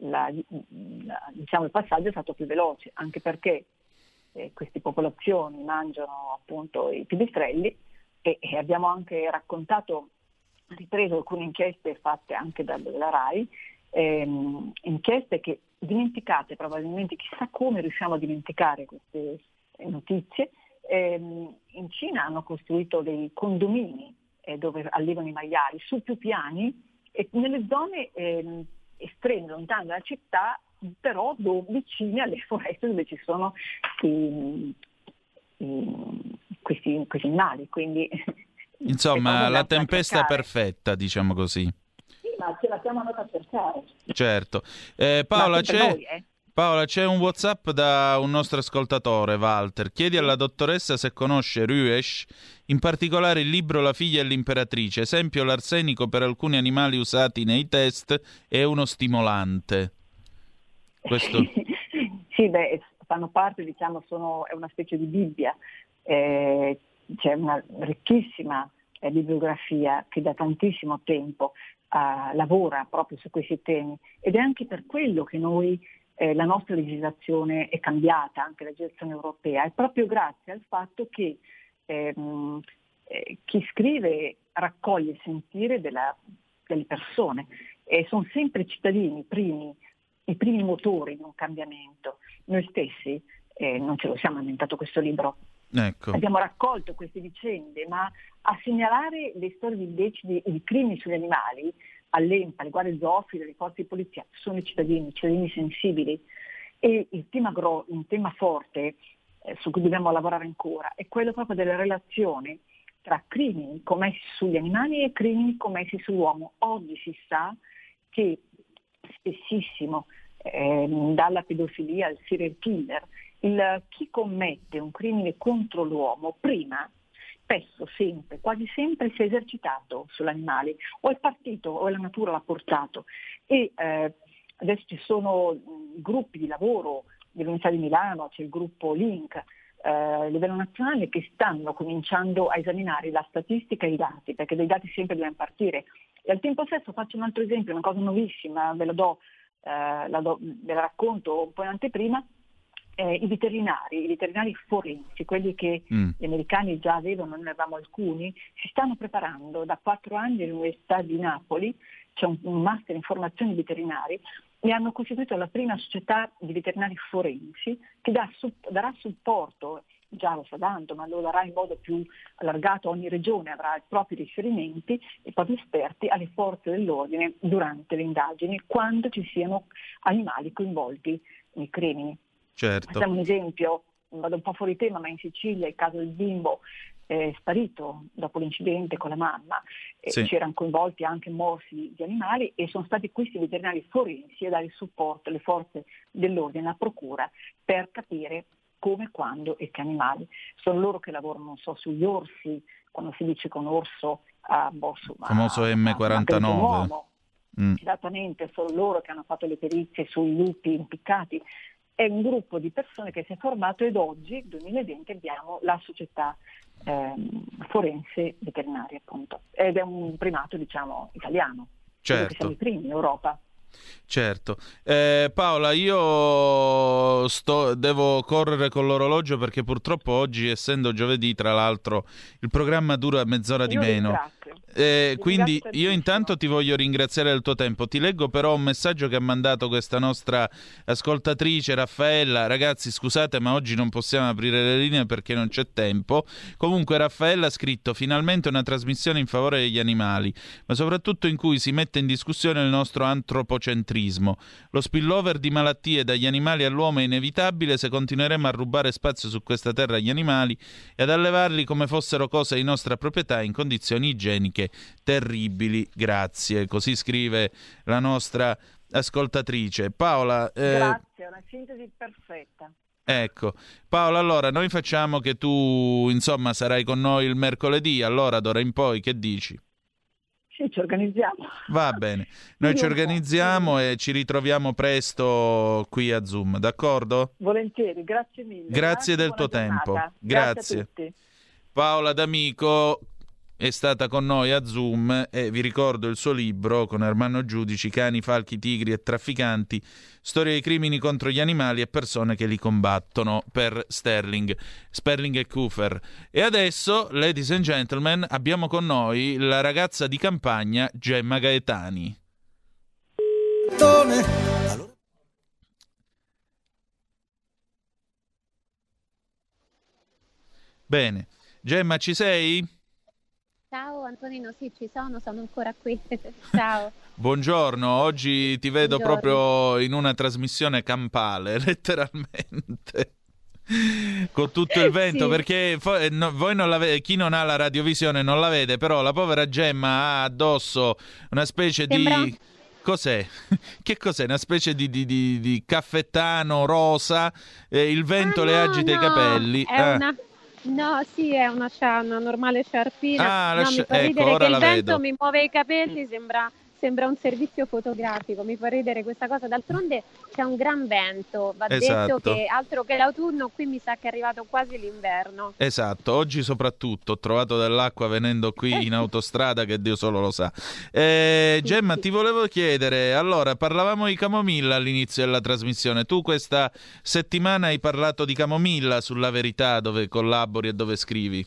il passaggio è stato più veloce, anche perché queste popolazioni mangiano appunto i pipistrelli, e abbiamo anche ripreso alcune inchieste fatte anche dalla RAI, inchieste che dimenticate probabilmente, chissà come riusciamo a dimenticare queste notizie. In Cina hanno costruito dei condomini dove allevano i maiali, su più piani e nelle zone estreme, lontane dalla città, però vicine alle foreste dove ci sono questi animali. Quindi, insomma, la tempesta perfetta, diciamo così. Sì, ma ce la siamo andata a cercare. Certo. Paola, c'è un WhatsApp da un nostro ascoltatore, Walter. Chiedi alla dottoressa se conosce Ruesch, in particolare il libro La figlia e l'imperatrice. Esempio, l'arsenico per alcuni animali usati nei test è uno stimolante. Questo... Sì, fanno parte, diciamo, è una specie di Bibbia. C'è una ricchissima bibliografia che da tantissimo tempo lavora proprio su questi temi, ed è anche per quello che noi la nostra legislazione è cambiata, anche la legislazione europea, è proprio grazie al fatto che chi scrive raccoglie il sentire delle persone e sono sempre i cittadini i primi motori di un cambiamento. Noi stessi non ce lo siamo inventato questo libro. Ecco. Abbiamo raccolto queste vicende, ma a segnalare le storie di illeciti e di crimini sugli animali all'ENPA, alle guardie zoofile, alle forze di polizia, sono i cittadini sensibili. E un tema forte su cui dobbiamo lavorare ancora è quello proprio della relazione tra crimini commessi sugli animali e crimini commessi sull'uomo. Oggi si sa che spessissimo, dalla pedofilia al serial killer, chi commette un crimine contro l'uomo prima, spesso, sempre, quasi sempre si è esercitato sull'animale, o è partito o la natura l'ha portato. E adesso ci sono gruppi di lavoro dell'Università di Milano, c'è il gruppo Link a livello nazionale, che stanno cominciando a esaminare la statistica e i dati, perché dai dati sempre dobbiamo partire. E al tempo stesso faccio un altro esempio, una cosa nuovissima, ve la racconto un po' in anteprima. I veterinari forensi, quelli che gli americani già avevano, noi ne avevamo alcuni, si stanno preparando da 4 anni all'Università di Napoli, c'è un master in formazione veterinari, e hanno costituito la prima società di veterinari forensi che darà supporto, già lo sta dando, ma lo darà in modo più allargato. Ogni regione avrà i propri riferimenti, i propri esperti alle forze dell'ordine durante le indagini, quando ci siano animali coinvolti nei crimini. Certo. Facciamo un esempio, vado un po' fuori tema, ma in Sicilia il caso del bimbo sparito dopo l'incidente con la mamma, sì. C'erano coinvolti anche morsi di animali, e sono stati questi veterinari forensi a dare il supporto alle forze dell'ordine, alla procura, per capire come, quando e che animali. Sono loro che lavorano, non so, sugli orsi, quando si dice che un orso ha famoso M49. Esattamente, sono loro che hanno fatto le perizie sui lupi impiccati. È un gruppo di persone che si è formato, ed oggi, 2020, abbiamo la società forense veterinaria, appunto. Ed è un primato, diciamo, italiano. Certo. Siamo i primi in Europa. Certo. Paola, io devo correre con l'orologio, perché purtroppo oggi, essendo giovedì, tra l'altro, il programma dura mezz'ora di meno. Quindi io intanto ti voglio ringraziare del tuo tempo. Ti leggo però un messaggio che ha mandato questa nostra ascoltatrice Raffaella. Ragazzi, scusate, ma oggi non possiamo aprire le linee perché non c'è tempo. Comunque Raffaella ha scritto: finalmente una trasmissione in favore degli animali, ma soprattutto in cui si mette in discussione il nostro antropocentrismo. Lo spillover di malattie dagli animali all'uomo è inevitabile se continueremo a rubare spazio su questa terra agli animali e ad allevarli come fossero cose di nostra proprietà in condizioni igieniche terribili. Grazie. Così scrive la nostra ascoltatrice. Paola, grazie, è una sintesi perfetta. Ecco, Paola, allora noi facciamo che tu, insomma, sarai con noi il mercoledì, allora d'ora in poi che dici? Sì, ci organizziamo. Va bene, noi ci organizziamo e ci ritroviamo presto qui a Zoom, d'accordo? Volentieri, grazie mille. Grazie del tuo tempo. Grazie. A tutti. Paola D'Amico è stata con noi a Zoom, e vi ricordo il suo libro con Ermanno Giudici: Cani, falchi, tigri e trafficanti, storia di crimini contro gli animali e persone che li combattono, per Sperling e Kufer. E adesso, ladies and gentlemen, abbiamo con noi la ragazza di campagna Gemma Gaetani. Bene, Gemma, ci sei? Ciao Antonino, sì, sono ancora qui. Ciao. Buongiorno, oggi ti vedo Buongiorno. proprio in una trasmissione campale, letteralmente. Con tutto il vento, Sì. perché voi non la chi non ha la radiovisione non la vede, però la povera Gemma ha addosso una specie Sembra- di... Cos'è? Che cos'è? Una specie di caffettano rosa, il vento le agita i capelli. No, sì, è una normale sciarpina. Ah, No, mi fa ecco, ridere ora che la il vento vedo. mi muove i capelli, sembra un servizio fotografico, mi fa ridere questa cosa. D'altronde c'è un gran vento, va Esatto. detto che altro che l'autunno, qui mi sa che è arrivato quasi l'inverno. Esatto, oggi soprattutto ho trovato dell'acqua venendo qui in autostrada che Dio solo lo sa. Gemma, sì. ti volevo chiedere, allora, parlavamo di camomilla all'inizio della trasmissione. Tu questa settimana hai parlato di camomilla sulla Verità, dove collabori e dove scrivi.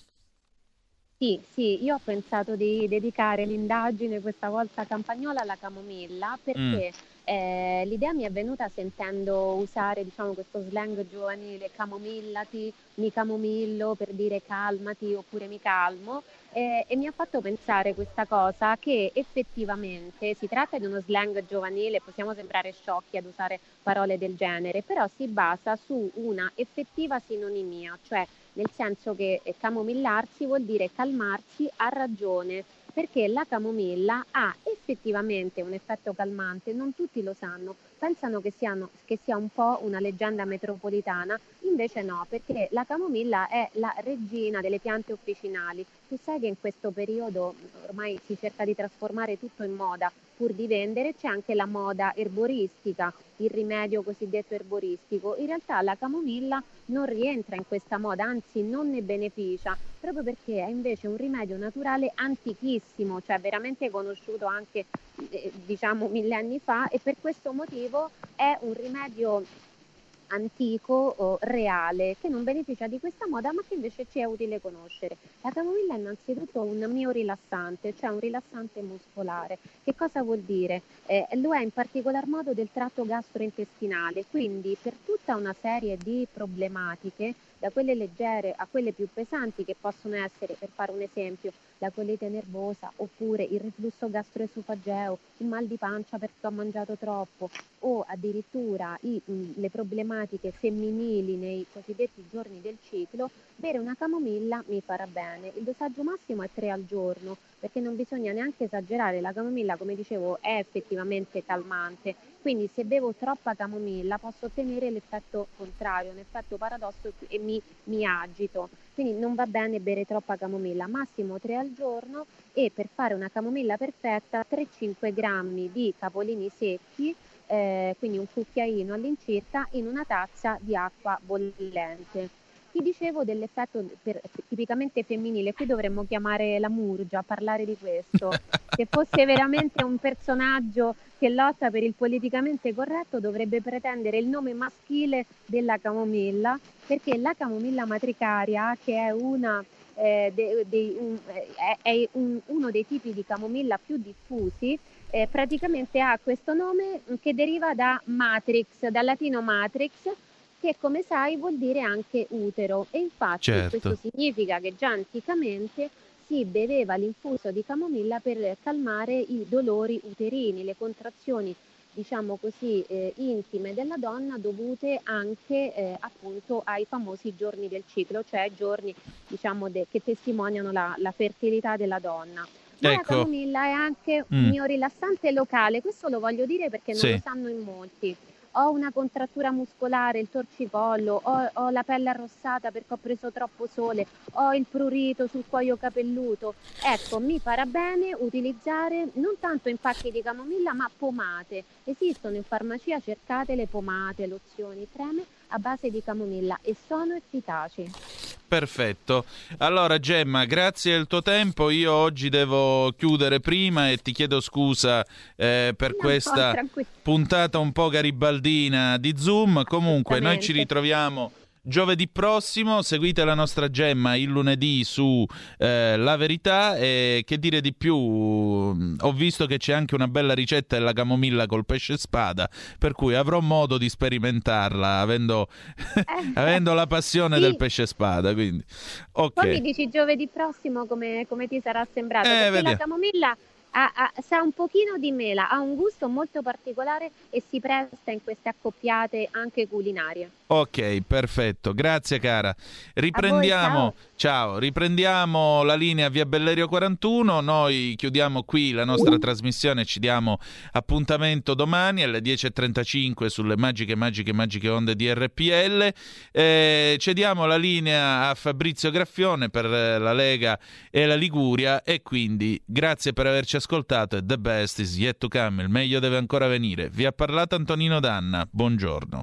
Sì, io ho pensato di dedicare l'indagine questa volta campagnola alla camomilla perché l'idea mi è venuta sentendo usare, diciamo, questo slang giovanile, camomillati, mi camomillo, per dire calmati oppure mi calmo, e mi ha fatto pensare questa cosa che effettivamente si tratta di uno slang giovanile, possiamo sembrare sciocchi ad usare parole del genere, però si basa su una effettiva sinonimia, cioè nel senso che camomillarsi vuol dire calmarsi a ragione, perché la camomilla ha effettivamente un effetto calmante, non tutti lo sanno, pensano che sia un po' una leggenda metropolitana, invece no, perché la camomilla è la regina delle piante officinali. Tu sai che in questo periodo ormai si cerca di trasformare tutto in moda pur di vendere, c'è anche la moda erboristica, il rimedio cosiddetto erboristico. In realtà la camomilla non rientra in questa moda, anzi non ne beneficia, proprio perché è invece un rimedio naturale antichissimo, cioè veramente conosciuto anche diciamo 1000 anni fa, e per questo motivo è un rimedio antico, reale, che non beneficia di questa moda ma che invece ci è utile conoscere. La camomilla è innanzitutto un mio rilassante, cioè un rilassante muscolare. Che cosa vuol dire? Lo è in particolar modo del tratto gastrointestinale, quindi per tutta una serie di problematiche, da quelle leggere a quelle più pesanti, che possono essere, per fare un esempio, la colite nervosa oppure il reflusso gastroesofageo, il mal di pancia perché ho mangiato troppo, o addirittura le problematiche femminili nei cosiddetti giorni del ciclo, bere una camomilla mi farà bene. Il dosaggio massimo è 3 al giorno, perché non bisogna neanche esagerare. La camomilla, come dicevo, è effettivamente calmante, quindi se bevo troppa camomilla posso ottenere l'effetto contrario, un effetto paradosso, e mi agito. Quindi non va bene bere troppa camomilla, massimo 3 al giorno, e per fare una camomilla perfetta 3-5 grammi di capolini secchi, quindi un cucchiaino all'incirca, in una tazza di acqua bollente. Ti dicevo dell'effetto tipicamente femminile, qui dovremmo chiamare la Murgia a parlare di questo. Se fosse veramente un personaggio che lotta per il politicamente corretto, dovrebbe pretendere il nome maschile della camomilla, perché la camomilla matricaria, che è uno dei tipi di camomilla più diffusi, praticamente ha questo nome che deriva da matrix, dal latino matrix, che come sai vuol dire anche utero, e infatti Certo. questo significa che già anticamente si beveva l'infuso di camomilla per calmare i dolori uterini, le contrazioni, diciamo così, intime della donna, dovute anche appunto ai famosi giorni del ciclo, cioè giorni, diciamo, che testimoniano la fertilità della donna. Ma Ecco. la camomilla è anche un mio rilassante locale, questo lo voglio dire perché non Sì. lo sanno in molti. Ho una contrattura muscolare, il torcicollo, ho la pelle arrossata perché ho preso troppo sole, ho il prurito sul cuoio capelluto. Ecco, mi farà bene utilizzare non tanto impacchi di camomilla, ma pomate. Esistono in farmacia, cercate le pomate, lozioni, creme a base di camomilla e sono efficaci. Perfetto. Allora Gemma, grazie del tuo tempo. Io oggi devo chiudere prima e ti chiedo scusa per questa tranquillo. puntata un po' garibaldina di Zoom. Comunque noi ci Assolutamente. ritroviamo giovedì prossimo. Seguite la nostra Gemma il lunedì su La Verità. E che dire di più? Ho visto che c'è anche una bella ricetta della camomilla col pesce spada, per cui avrò modo di sperimentarla avendo la passione del pesce spada. Quindi, ok. Poi mi dici giovedì prossimo come ti sarà sembrato, perché vediamo. la camomilla sa un pochino di mela, ha un gusto molto particolare e si presta in queste accoppiate anche culinarie. Ok, perfetto, grazie cara. Riprendiamo, ciao, riprendiamo la linea via Bellerio 41, noi chiudiamo qui la nostra trasmissione, ci diamo appuntamento domani alle 10.35 sulle magiche onde di RPL. Cediamo la linea a Fabrizio Graffione per la Lega e la Liguria, e quindi grazie per averci ascoltato e the best is yet to come, il meglio deve ancora venire. Vi ha parlato Antonino Danna, buongiorno.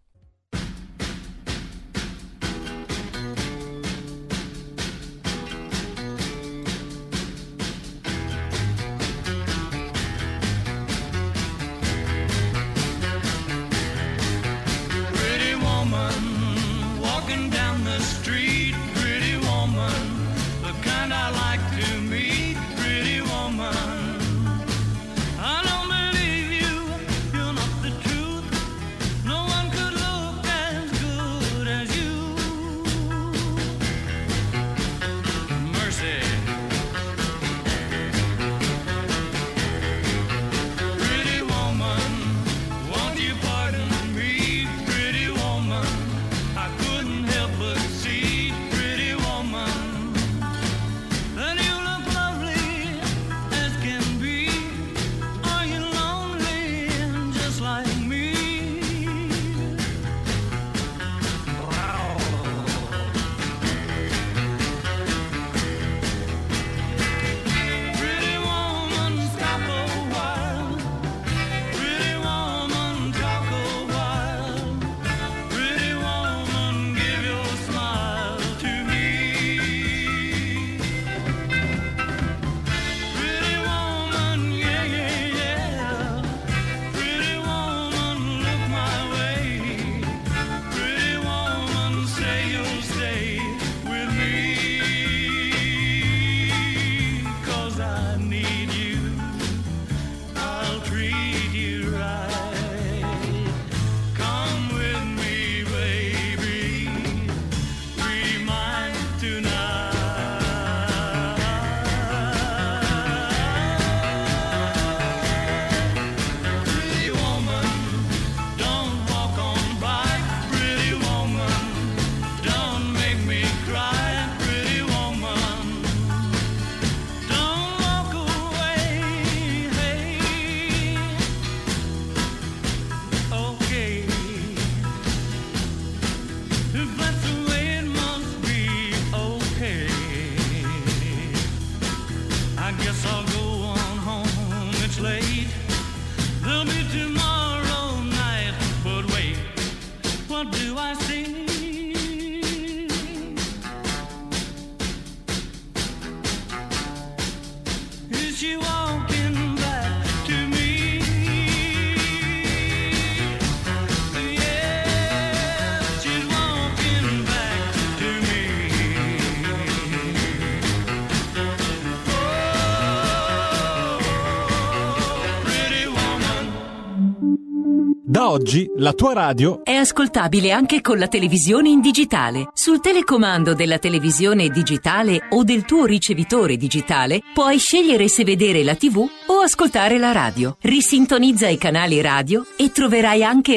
Da oggi la tua radio è ascoltabile anche con la televisione in digitale. Sul telecomando della televisione digitale o del tuo ricevitore digitale puoi scegliere se vedere la TV o ascoltare la radio. Risintonizza i canali radio e troverai anche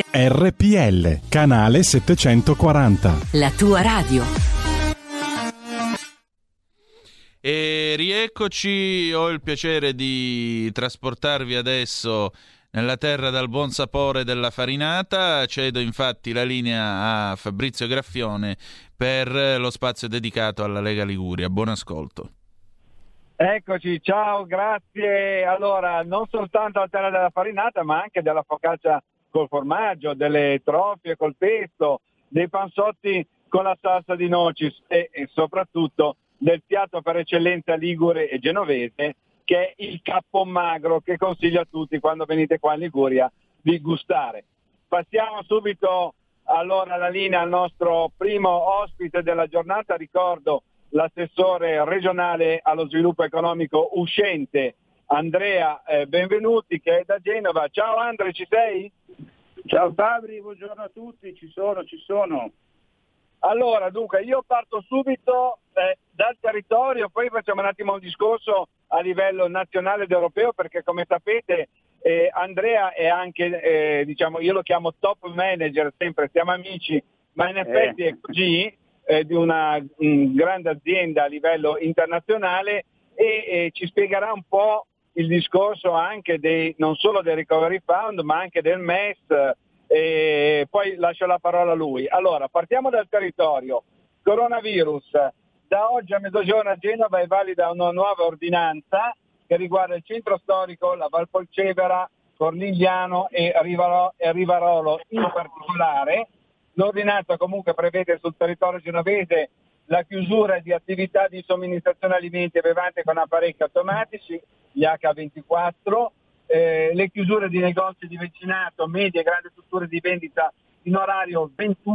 RPL, canale 740. La tua radio. E rieccoci, ho il piacere di trasportarvi adesso nella terra dal buon sapore della farinata. Cedo infatti la linea a Fabrizio Graffione per lo spazio dedicato alla Lega Liguria. Buon ascolto. Eccoci, ciao, grazie. Allora, non soltanto alla terra della farinata, ma anche della focaccia col formaggio, delle trofie col pesto, dei panzotti con la salsa di noci e soprattutto del piatto per eccellenza ligure e genovese, che è il cappomagro, che consiglio a tutti quando venite qua in Liguria di gustare. Passiamo subito allora la linea al nostro primo ospite della giornata, ricordo l'assessore regionale allo sviluppo economico uscente, Andrea Benvenuti, che è da Genova. Ciao Andre, ci sei? Ciao Fabri, buongiorno a tutti, ci sono. Allora, dunque, io parto subito dal territorio, poi facciamo un attimo un discorso a livello nazionale ed europeo, perché come sapete Andrea è anche, diciamo, io lo chiamo top manager, sempre siamo amici, ma in effetti è così, di una grande azienda a livello internazionale e ci spiegherà un po' il discorso anche non solo del Recovery Fund, ma anche del MES, e poi lascio la parola a lui. Allora, partiamo dal territorio. Coronavirus. Da oggi a mezzogiorno a Genova è valida una nuova ordinanza che riguarda il centro storico, la Valpolcevera, Cornigliano e Rivarolo in particolare. L'ordinanza comunque prevede sul territorio genovese la chiusura di attività di somministrazione alimenti e bevande con apparecchi automatici, gli H24, le chiusure di negozi di vicinato, medie e grandi strutture di vendita in orario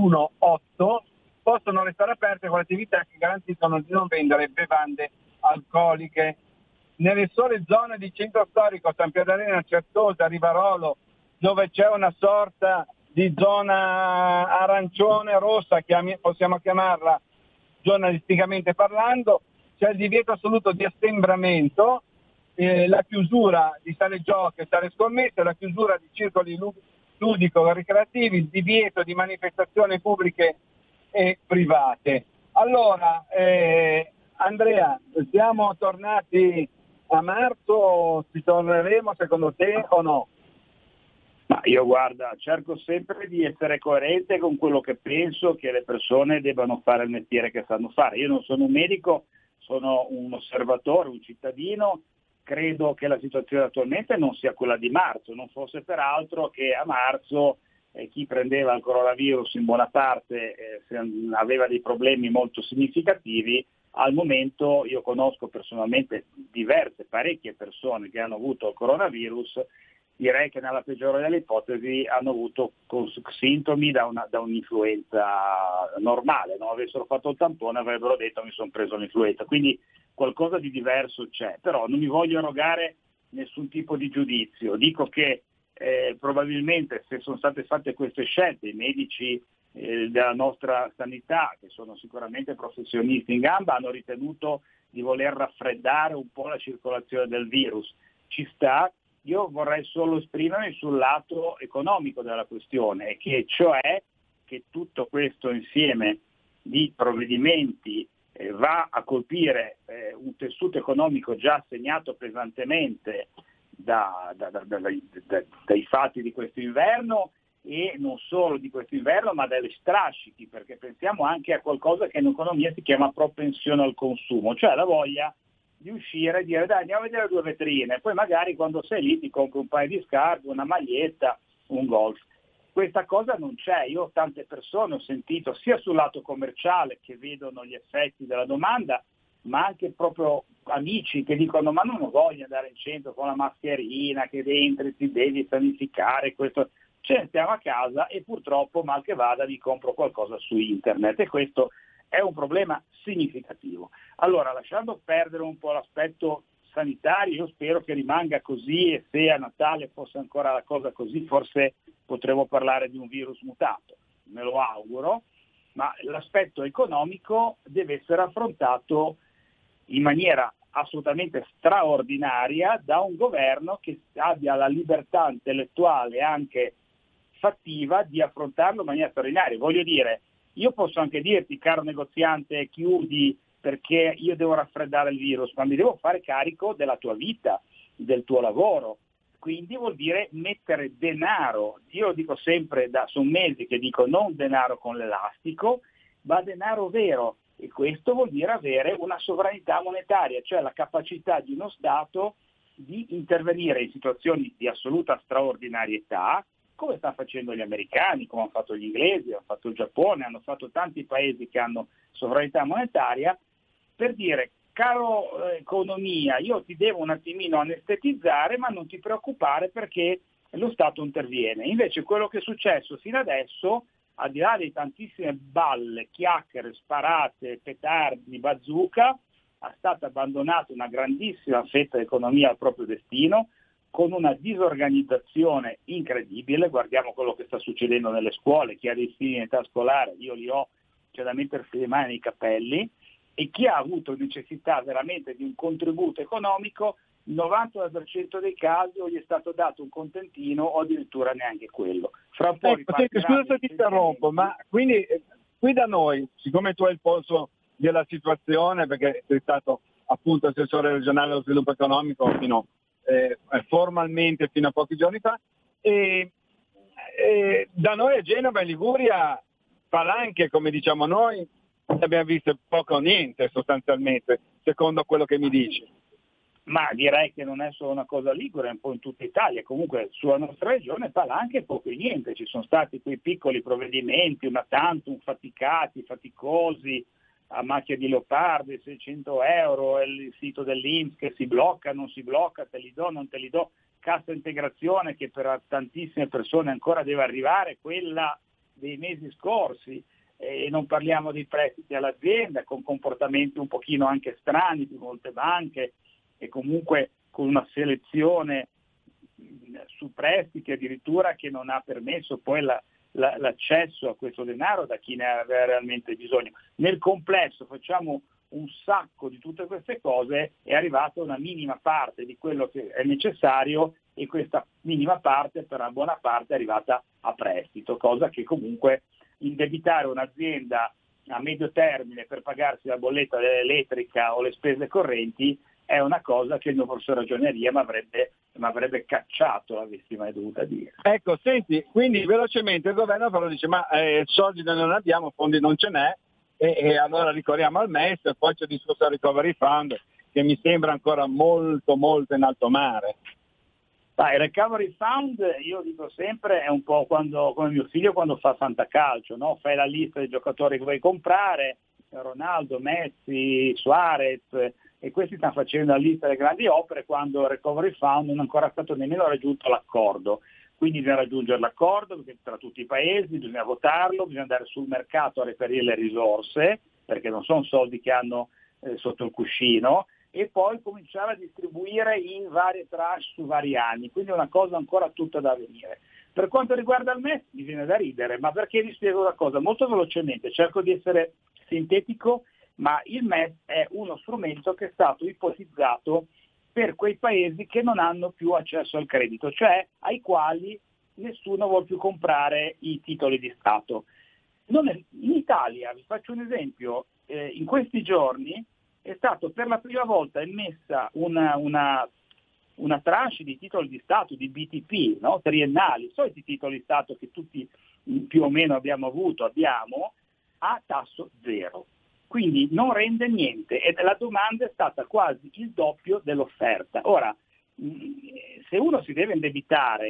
21-8, possono restare aperte con attività che garantiscono di non vendere bevande alcoliche. Nelle sole zone di centro storico, San Pierdarena, Certosa, Rivarolo, dove c'è una sorta di zona arancione rossa, possiamo chiamarla giornalisticamente parlando, c'è il divieto assoluto di assembramento, la chiusura di sale giochi e sale scommesse, la chiusura di circoli ludico-ricreativi, il divieto di manifestazioni pubbliche e private. Allora, Andrea, siamo tornati a marzo, ci torneremo secondo te o no? Ma io guarda, cerco sempre di essere coerente con quello che penso che le persone debbano fare il mestiere che sanno fare. Io non sono un medico, sono un osservatore, un cittadino, credo che la situazione attualmente non sia quella di marzo, non fosse peraltro che a marzo chi prendeva il coronavirus in buona parte aveva dei problemi molto significativi. Al momento io conosco personalmente parecchie persone che hanno avuto il coronavirus, direi che nella peggiore delle ipotesi hanno avuto sintomi da un'influenza normale, non avessero fatto il tampone avrebbero detto mi sono preso l'influenza, quindi qualcosa di diverso c'è, però non mi voglio arrogare nessun tipo di giudizio, dico che probabilmente se sono state fatte queste scelte i medici della nostra sanità, che sono sicuramente professionisti in gamba, hanno ritenuto di voler raffreddare un po' la circolazione del virus, ci sta. Io vorrei solo esprimermi sul lato economico della questione, e che cioè che tutto questo insieme di provvedimenti va a colpire un tessuto economico già segnato pesantemente dai fatti di questo inverno, e non solo di questo inverno ma dagli strascichi, perché pensiamo anche a qualcosa che in economia si chiama propensione al consumo, cioè la voglia di uscire e dire dai andiamo a vedere 2 vetrine, poi magari quando sei lì ti compri un paio di scarpe, una maglietta, un golf. Questa cosa non c'è. Io ho tante persone, ho sentito sia sul lato commerciale che vedono gli effetti della domanda, ma anche proprio amici che dicono ma non ho voglia di andare in centro con la mascherina, che dentro ti devi sanificare, questo. Cioè stiamo a casa e purtroppo mal che vada mi compro qualcosa su internet, e questo è un problema significativo. Allora, lasciando perdere un po' l'aspetto sanitario, io spero che rimanga così, e se a Natale fosse ancora la cosa così forse potremo parlare di un virus mutato, me lo auguro, ma l'aspetto economico deve essere affrontato in maniera assolutamente straordinaria da un governo che abbia la libertà intellettuale anche fattiva di affrontarlo in maniera straordinaria. Voglio dire, io posso anche dirti, caro negoziante, chiudi perché io devo raffreddare il virus, ma mi devo fare carico della tua vita, del tuo lavoro. Quindi vuol dire mettere denaro. Io lo dico sempre, sono mesi che dico non denaro con l'elastico, ma denaro vero. E questo vuol dire avere una sovranità monetaria, cioè la capacità di uno Stato di intervenire in situazioni di assoluta straordinarietà, come stanno facendo gli americani, come hanno fatto gli inglesi, hanno fatto il Giappone, hanno fatto tanti paesi che hanno sovranità monetaria, per dire, caro economia, io ti devo un attimino anestetizzare, ma non ti preoccupare perché lo Stato interviene. Invece quello che è successo fino adesso al di là di tantissime balle, chiacchiere, sparate, petardi, bazooka, è stata abbandonata una grandissima fetta dell'economia al proprio destino, con una disorganizzazione incredibile. Guardiamo quello che sta succedendo nelle scuole, chi ha dei figli in età scolare, io li ho, c'è da mettersi le mani nei capelli, e chi ha avuto necessità veramente di un contributo economico, il 99% dei casi o gli è stato dato un contentino o addirittura neanche quello. Fra un po' scusa se ti interrompo, ma quindi qui da noi, siccome tu hai il polso della situazione, perché sei stato appunto assessore regionale allo sviluppo economico formalmente fino a pochi giorni fa, e da noi a Genova e Liguria palanche, come diciamo noi, abbiamo visto poco o niente sostanzialmente, secondo quello che mi dici. Ma direi che non è solo una cosa ligure, è un po' in tutta Italia. Comunque sulla nostra regione palanche poco e niente, ci sono stati quei piccoli provvedimenti, una tantum, faticati, faticosi, a macchia di leopardi, 600 euro, è il sito dell'INPS che si blocca, non si blocca, te li do, non te li do, cassa integrazione che per tantissime persone ancora deve arrivare, quella dei mesi scorsi, e non parliamo dei prestiti all'azienda con comportamenti un pochino anche strani di molte banche e comunque con una selezione su prestiti addirittura che non ha permesso poi l'accesso a questo denaro da chi ne aveva realmente bisogno. Nel complesso facciamo un sacco di tutte queste cose, è arrivata una minima parte di quello che è necessario e questa minima parte per una buona parte è arrivata a prestito, cosa che comunque indebitare un'azienda a medio termine per pagarsi la bolletta elettrica o le spese correnti è una cosa che il mio professore ragioneria mi avrebbe cacciato, l'avessi mai dovuta dire. Ecco, senti, quindi velocemente il governo però dice ma soldi non ne abbiamo, fondi non ce n'è, e allora ricorriamo al MES, e poi c'è il discorso del Recovery Fund che mi sembra ancora molto molto in alto mare. Il Recovery Fund, io dico sempre, è un po' come mio figlio quando fa fantacalcio, no? Fai la lista dei giocatori che vuoi comprare, Ronaldo, Messi, Suarez, e questi stanno facendo la lista delle grandi opere quando il Recovery Fund non è ancora stato nemmeno raggiunto l'accordo. Quindi bisogna raggiungere l'accordo tra tutti i paesi, bisogna votarlo, bisogna andare sul mercato a reperire le risorse, perché non sono soldi che hanno sotto il cuscino, e poi cominciare a distribuire in varie tranche su vari anni, quindi è una cosa ancora tutta da venire. Per quanto riguarda il MES mi viene da ridere, ma perché vi spiego una cosa molto velocemente, cerco di essere sintetico, ma il MES è uno strumento che è stato ipotizzato per quei paesi che non hanno più accesso al credito, cioè ai quali nessuno vuole più comprare i titoli di Stato. In Italia, vi faccio un esempio, in questi giorni è stato per la prima volta emessa una tranche di titoli di Stato, di BTP, no? Triennali, i soliti titoli di Stato che tutti più o meno abbiamo a tasso zero. Quindi non rende niente e la domanda è stata quasi il doppio dell'offerta. Ora, se uno si deve indebitare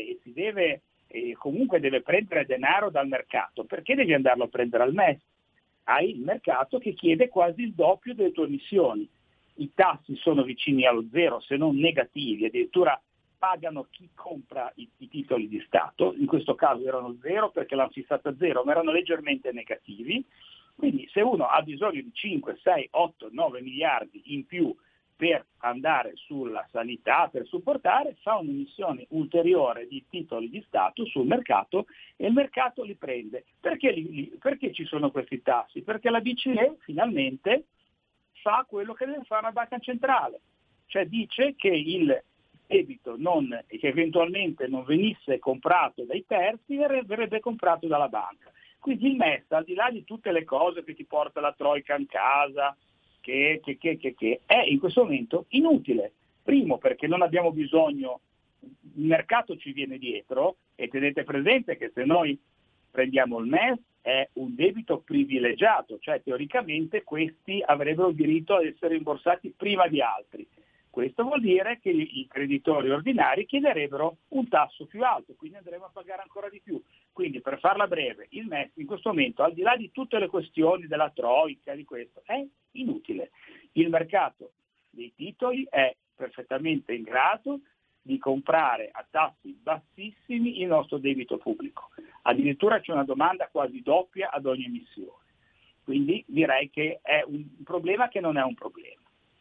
e comunque deve prendere denaro dal mercato, perché devi andarlo a prendere al MES? Hai il mercato che chiede quasi il doppio delle tue emissioni. I tassi sono vicini allo zero, se non negativi, addirittura pagano chi compra i titoli di Stato, in questo caso erano zero perché l'hanno fissata a zero, ma erano leggermente negativi. Quindi se uno ha bisogno di 5, 6, 8, 9 miliardi in più per andare sulla sanità, per supportare, fa un'emissione ulteriore di titoli di Stato sul mercato e il mercato li prende. Perché ci sono questi tassi? Perché la BCE finalmente fa quello che deve fare una banca centrale, cioè dice che il debito che eventualmente non venisse comprato dai terzi verrebbe comprato dalla banca. Quindi il MES, al di là di tutte le cose che ti porta la troika in casa, che è in questo momento inutile. Primo perché non abbiamo bisogno, il mercato ci viene dietro e tenete presente che se noi prendiamo il MES è un debito privilegiato, cioè teoricamente questi avrebbero il diritto ad essere rimborsati prima di altri. Questo vuol dire che i creditori ordinari chiederebbero un tasso più alto, quindi andremo a pagare ancora di più. Quindi per farla breve, il MES in questo momento, al di là di tutte le questioni della troika, di questo, è inutile. Il mercato dei titoli è perfettamente in grado di comprare a tassi bassissimi il nostro debito pubblico. Addirittura c'è una domanda quasi doppia ad ogni emissione. Quindi direi che è un problema che non è un problema.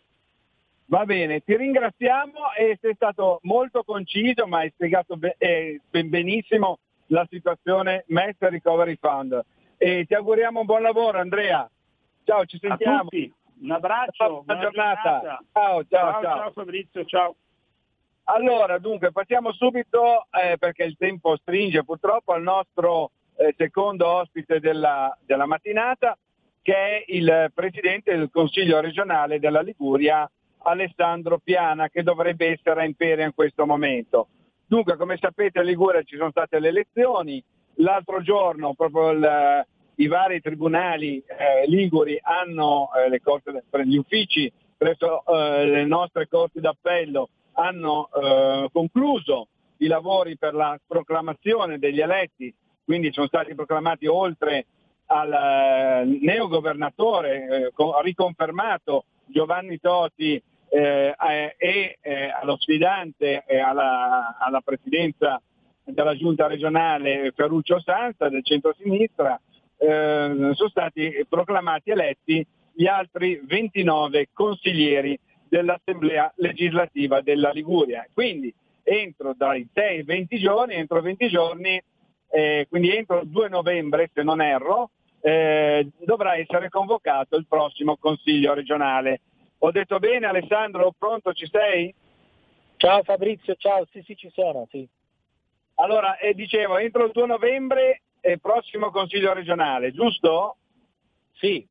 Va bene, ti ringraziamo e sei stato molto conciso, ma hai spiegato benissimo la situazione MES Recovery Fund. E ti auguriamo un buon lavoro, Andrea. Ciao, ci sentiamo. A tutti, un abbraccio, buona giornata. Ciao Fabrizio, ciao. Allora, dunque, passiamo subito, perché il tempo stringe purtroppo, al nostro secondo ospite della mattinata, che è il Presidente del Consiglio regionale della Liguria, Alessandro Piana, che dovrebbe essere a Imperia in questo momento. Dunque, come sapete, a Liguria ci sono state le elezioni. L'altro giorno proprio i vari tribunali liguri hanno, gli uffici presso le nostre corti d'appello hanno concluso i lavori per la proclamazione degli eletti, quindi sono stati proclamati, oltre al neogovernatore riconfermato Giovanni Toti e allo sfidante alla presidenza della giunta regionale Ferruccio Sanza del centro-sinistra, sono stati proclamati eletti gli altri 29 consiglieri dell'Assemblea legislativa della Liguria. Quindi entro 20 giorni, quindi entro il 2 novembre, se non erro, dovrà essere convocato il prossimo Consiglio regionale. Ho detto bene, Alessandro? Pronto, ci sei? Ciao Fabrizio, ciao, sì ci sono, sì. Allora, dicevo, entro il 2 novembre prossimo Consiglio regionale, giusto? Sì.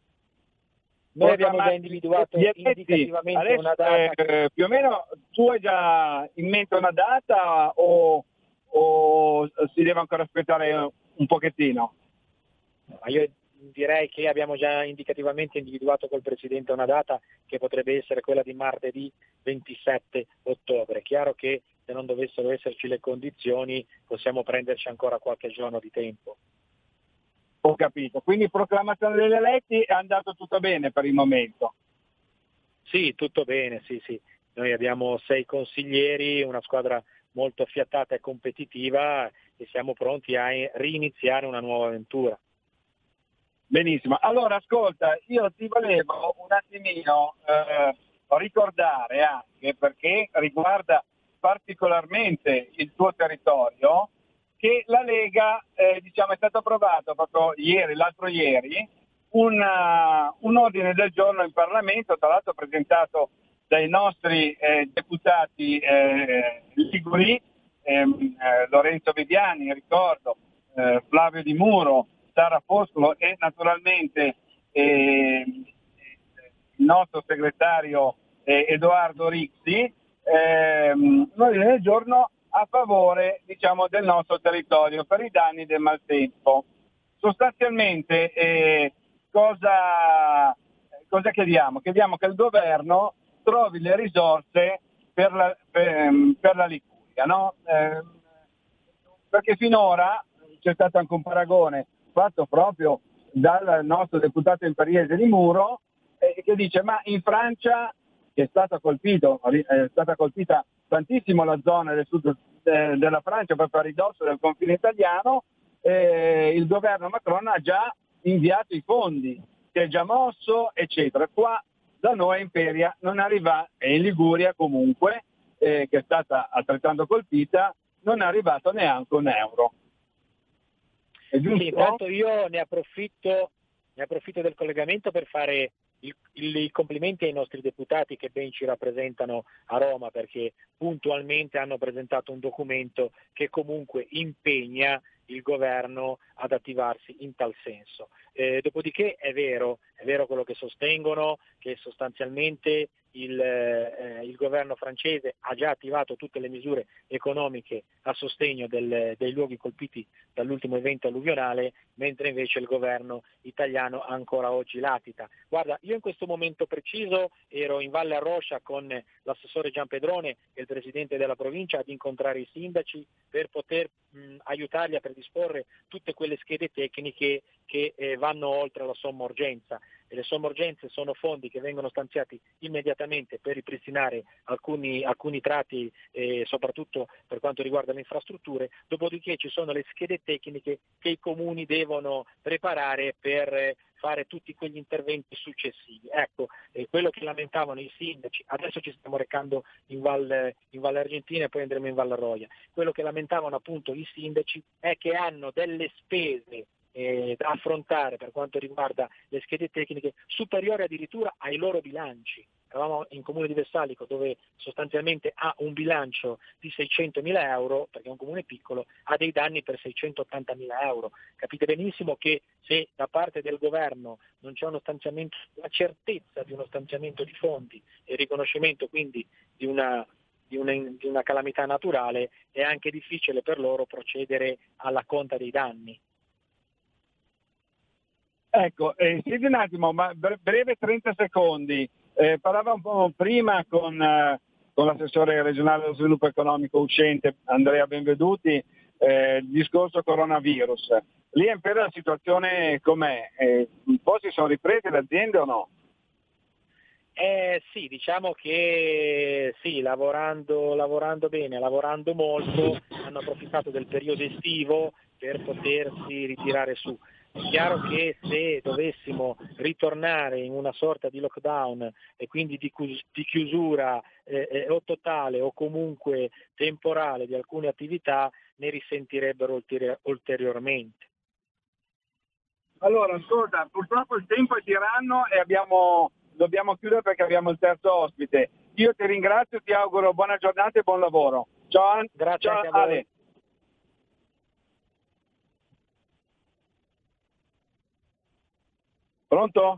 Noi abbiamo già individuato indicativamente adesso, una data. Più o meno tu hai già in mente una data o si deve ancora aspettare un pochettino? Ma io direi che abbiamo già indicativamente individuato col Presidente una data che potrebbe essere quella di martedì 27 ottobre. È chiaro che se non dovessero esserci le condizioni possiamo prenderci ancora qualche giorno di tempo. Ho capito, quindi proclamazione degli eletti è andato tutto bene per il momento? Sì, tutto bene, sì. Noi abbiamo 6 consiglieri, una squadra molto affiatata e competitiva e siamo pronti a riniziare una nuova avventura. Benissimo, allora ascolta, io ti volevo un attimino ricordare, anche perché riguarda particolarmente il tuo territorio, che la Lega è stato approvato proprio l'altro ieri, un ordine del giorno in Parlamento, tra l'altro presentato dai nostri deputati liguri, Lorenzo Viviani, ricordo, Flavio Di Muro, Sara Foscolo e naturalmente il nostro segretario Edoardo Rixi, un ordine del giorno a favore del nostro territorio per i danni del maltempo. Sostanzialmente cosa chiediamo? Chiediamo che il governo trovi le risorse per la Liguria, no? Perché finora c'è stato anche un paragone fatto proprio dal nostro deputato imperiese Di Muro, che dice: ma in Francia, che è stata colpita tantissimo la zona del sud della Francia, proprio a ridosso del confine italiano, il governo Macron ha già inviato i fondi, si è già mosso, eccetera. Qua da noi a Imperia non arriva, e in Liguria comunque, che è stata altrettanto colpita, non è arrivato neanche un euro. È giusto? Sì, intanto io ne approfitto del collegamento per fare i complimenti ai nostri deputati che ben ci rappresentano a Roma, perché puntualmente hanno presentato un documento che comunque impegna il governo ad attivarsi in tal senso. Dopodiché è vero quello che sostengono, che sostanzialmente il governo francese ha già attivato tutte le misure economiche a sostegno dei luoghi colpiti dall'ultimo evento alluvionale, mentre invece il governo italiano ancora oggi latita. Guarda, io in questo momento preciso ero in Valle Arroscia con l'assessore Giampedrone e il presidente della provincia ad incontrare i sindaci per poter aiutarli a predisporre tutte quelle schede tecniche che vanno oltre la somma urgenza. e le somme urgenze sono fondi che vengono stanziati immediatamente per ripristinare alcuni tratti, soprattutto per quanto riguarda le infrastrutture, dopodiché ci sono le schede tecniche che i comuni devono preparare per fare tutti quegli interventi successivi. Ecco, quello che lamentavano i sindaci, adesso ci stiamo recando in Valle Argentina e poi andremo in Valle Roia, quello che lamentavano appunto i sindaci è che hanno delle spese da affrontare per quanto riguarda le schede tecniche superiori addirittura ai loro bilanci. Eravamo in comune di Vessalico, dove sostanzialmente ha un bilancio di 600.000 euro, perché è un comune piccolo, ha dei danni per 680.000 euro. Capite benissimo che se da parte del governo non c'è uno stanziamento, la certezza di uno stanziamento di fondi e il riconoscimento quindi di una calamità naturale, è anche difficile per loro procedere alla conta dei danni. Ecco, senti un attimo, ma breve 30 secondi. Parlava un po' prima con l'assessore regionale dello sviluppo economico uscente, Andrea Benveduti, il discorso coronavirus. Lì in Empera la situazione com'è? Un po' si sono riprese le aziende o no? Sì, diciamo che sì, lavorando bene, lavorando molto, hanno approfittato del periodo estivo per potersi ritirare su. È chiaro che se dovessimo ritornare in una sorta di lockdown e quindi di chiusura o totale o comunque temporale di alcune attività, ne risentirebbero ulteriormente. Allora, ascolta, purtroppo il tempo è tiranno e dobbiamo chiudere perché abbiamo il terzo ospite. Io ti ringrazio, ti auguro buona giornata e buon lavoro. Ciao, grazie ciao anche a voi. Ale. Pronto?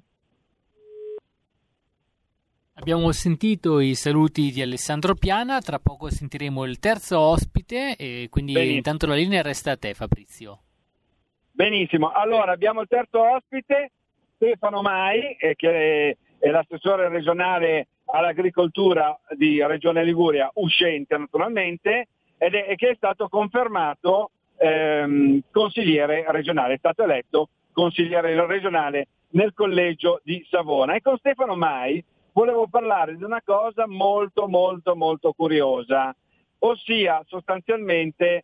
Abbiamo sentito i saluti di Alessandro Piana, tra poco sentiremo il terzo ospite e quindi Benissimo. Intanto la linea resta a te, Fabrizio. Benissimo, allora abbiamo il terzo ospite, Stefano Mai, che è l'assessore regionale all'agricoltura di Regione Liguria, uscente naturalmente, e che è stato confermato consigliere regionale, è stato eletto consigliere regionale nel collegio di Savona. E con Stefano Mai volevo parlare di una cosa molto molto molto curiosa, ossia sostanzialmente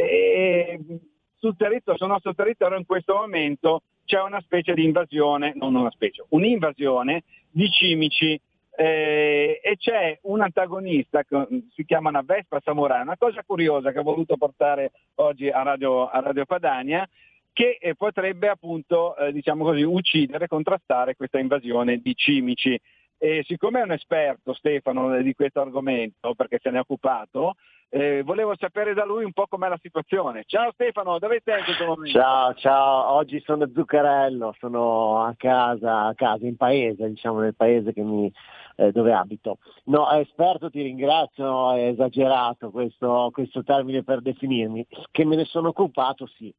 sul nostro territorio in questo momento c'è una specie di invasione, un'invasione di cimici e c'è un antagonista che si chiama una Vespa Samurai, una cosa curiosa che ho voluto portare oggi a Radio Padania, che potrebbe appunto uccidere, contrastare questa invasione di cimici. E siccome è un esperto Stefano di questo argomento, perché se ne è occupato, volevo sapere da lui un po' com'è la situazione. Ciao Stefano, dove sei in questo momento? Ciao, oggi sono a Zuccarello, sono a casa in paese, nel paese dove abito. No, esperto, ti ringrazio, è esagerato questo termine per definirmi, che me ne sono occupato, sì.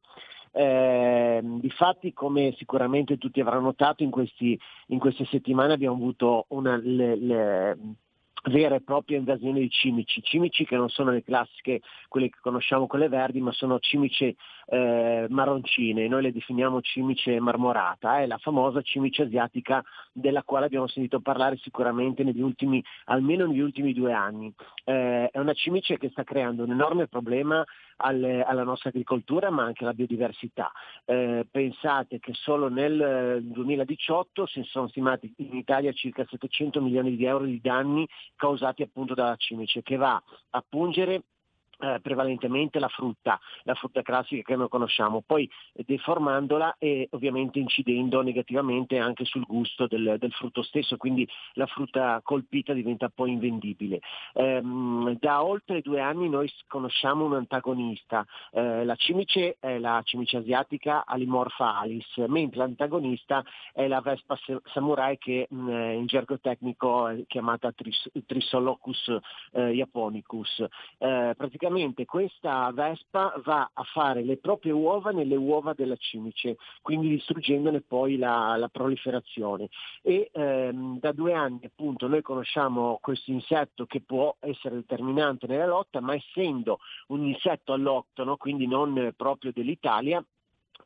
Difatti, come sicuramente tutti avranno notato, in queste settimane abbiamo avuto le vere e proprie invasioni di cimici che non sono le classiche, quelle che conosciamo, quelle verdi, ma sono cimici marroncine. Noi le definiamo cimice marmorata, è la famosa cimice asiatica della quale abbiamo sentito parlare sicuramente almeno negli ultimi 2 anni. È una cimice che sta creando un enorme problema alla nostra agricoltura, ma anche alla biodiversità. Pensate che solo nel 2018 si sono stimati in Italia circa 700 milioni di euro di danni causati appunto dalla cimice, che va a pungere prevalentemente la frutta classica che noi conosciamo, poi deformandola e ovviamente incidendo negativamente anche sul gusto del frutto stesso, quindi la frutta colpita diventa poi invendibile. Da oltre 2 anni noi conosciamo un antagonista, la cimice è la cimice asiatica Alimorpha alis, mentre l'antagonista è la Vespa Samurai, che in gergo tecnico è chiamata Trisolochus japonicus. Praticamente questa vespa va a fare le proprie uova nelle uova della cimice, quindi distruggendone poi la proliferazione. E da 2 anni appunto noi conosciamo questo insetto che può essere determinante nella lotta, ma essendo un insetto alloctono, quindi non proprio dell'Italia,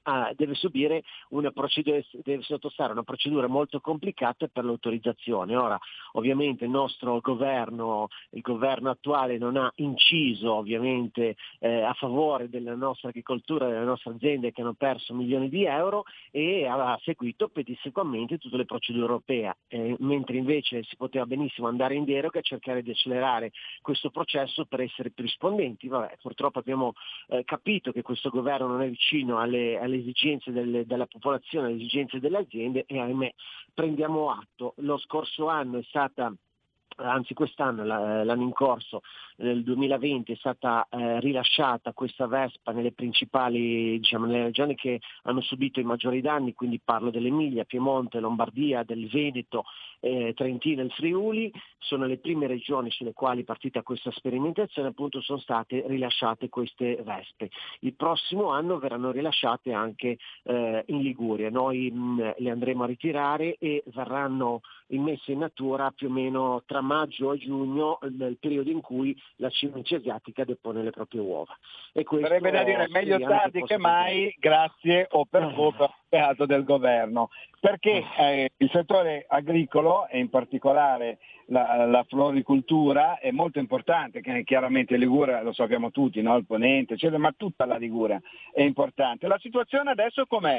deve subire una procedura, deve sottostare a una procedura molto complicata per l'autorizzazione. Ora, ovviamente il nostro governo, il governo attuale, non ha inciso ovviamente a favore della nostra agricoltura, delle nostre aziende che hanno perso milioni di euro, e ha seguito pedissequamente tutte le procedure europee, mentre invece si poteva benissimo andare in deroga e cercare di accelerare questo processo per essere più rispondenti. Purtroppo abbiamo capito che questo governo non è vicino alle esigenze della popolazione, alle esigenze delle aziende, e ahimè prendiamo atto. Lo scorso anno è stata, anzi quest'anno, l'anno in corso, nel 2020, è stata rilasciata questa Vespa nelle principali, nelle regioni che hanno subito i maggiori danni, quindi parlo dell'Emilia, Piemonte, Lombardia, del Veneto, Trentino e il Friuli. Sono le prime regioni sulle quali è partita questa sperimentazione, appunto sono state rilasciate queste Vespe. Il prossimo anno verranno rilasciate anche in Liguria, noi le andremo a ritirare e verranno immesse in natura più o meno tra maggio e giugno, nel periodo in cui la cimice asiatica depone le proprie uova. E questo sarebbe da dire meglio tardi che mai, grazie o per colpa del governo, perché il settore agricolo e in particolare la floricoltura è molto importante, che chiaramente Liguria lo sappiamo tutti, no? Il Ponente, eccetera, ma tutta la Liguria è importante. La situazione adesso com'è?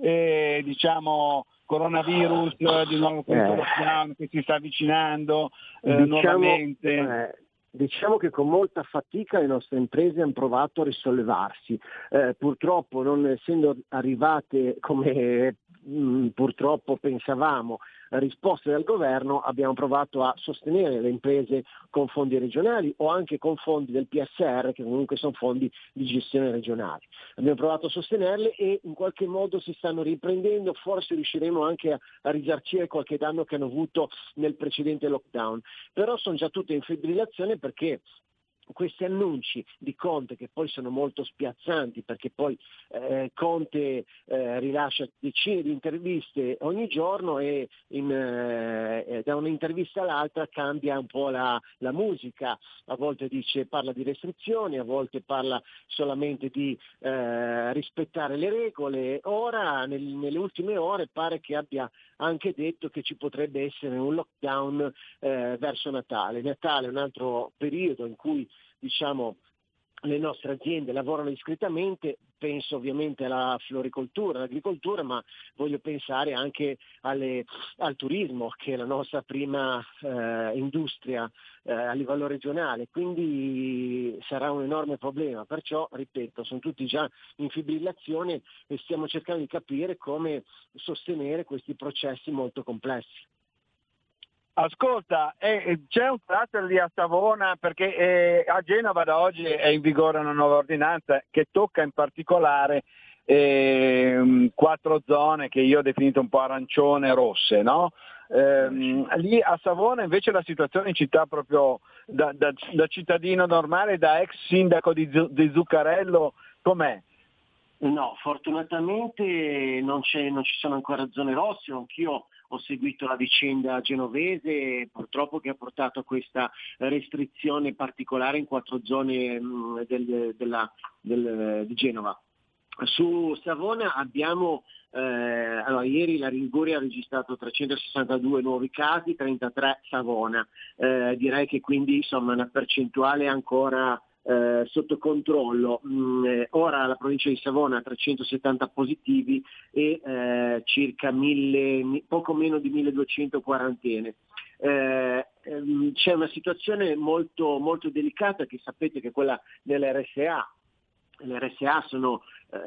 Coronavirus, di nuovo questo lockdown che si sta avvicinando nuovamente. Diciamo che con molta fatica le nostre imprese hanno provato a risollevarsi. Purtroppo, non essendo arrivate come purtroppo pensavamo risposte dal governo, abbiamo provato a sostenere le imprese con fondi regionali o anche con fondi del PSR, che comunque sono fondi di gestione regionali. Abbiamo provato a sostenerle e in qualche modo si stanno riprendendo, forse riusciremo anche a risarcire qualche danno che hanno avuto nel precedente lockdown, però sono già tutte in fibrillazione, perché questi annunci di Conte, che poi sono molto spiazzanti, perché poi Conte rilascia decine di interviste ogni giorno e da un'intervista all'altra cambia un po' la musica, a volte parla di restrizioni, a volte parla solamente di rispettare le regole. Ora nelle ultime ore pare che abbia anche detto che ci potrebbe essere un lockdown verso Natale. Natale è un altro periodo in cui le nostre aziende lavorano discretamente, penso ovviamente alla floricoltura, all'agricoltura, ma voglio pensare anche al turismo, che è la nostra prima industria a livello regionale, quindi sarà un enorme problema. Perciò, ripeto, sono tutti già in fibrillazione e stiamo cercando di capire come sostenere questi processi molto complessi. Ascolta, c'è un cluster lì a Savona, perché a Genova da oggi è in vigore una nuova ordinanza che tocca in particolare 4 zone che io ho definito un po' arancione e rosse, no? Lì a Savona invece la situazione in città, proprio da cittadino normale, da ex sindaco di Zuccarello, com'è? No, fortunatamente non ci sono ancora zone rosse. Anch'io ho seguito la vicenda genovese, purtroppo, che ha portato a questa restrizione particolare in 4 zone di Genova. Su Savona abbiamo, ieri la Liguria ha registrato 362 nuovi casi, 33 Savona. Direi che quindi insomma una percentuale ancora sotto controllo. Ora la provincia di Savona ha 370 positivi e circa poco meno di 1200 quarantene. C'è una situazione molto, molto delicata, che sapete che è quella dell'RSA. Le RSA sono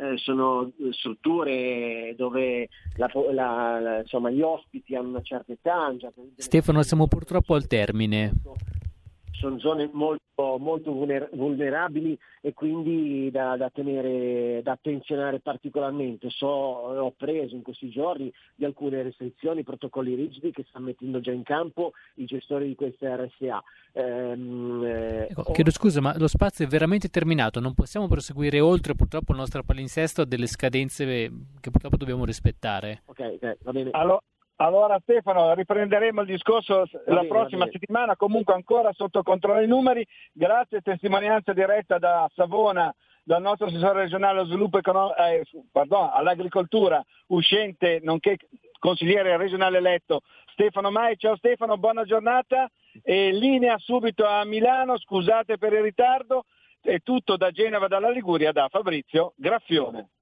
strutture dove gli ospiti hanno una certa età. Stefano, siamo purtroppo al termine. Sono zone molto vulnerabili e quindi da attenzionare particolarmente. Ho preso in questi giorni di alcune restrizioni, protocolli rigidi che stanno mettendo già in campo i gestori di queste RSA. Chiedo scusa, ma lo spazio è veramente terminato, non possiamo proseguire oltre. Purtroppo il nostro palinsesto ha delle scadenze che purtroppo dobbiamo rispettare. Ok, va bene. Allora Stefano, riprenderemo il discorso la prossima settimana, comunque ancora sotto controllo i numeri. Grazie, testimonianza diretta da Savona dal nostro assessore regionale allo sviluppo all'agricoltura uscente, nonché consigliere regionale eletto, Stefano Mai. Ciao Stefano, buona giornata. E linea subito a Milano, scusate per il ritardo, è tutto da Genova, dalla Liguria, da Fabrizio Graffione.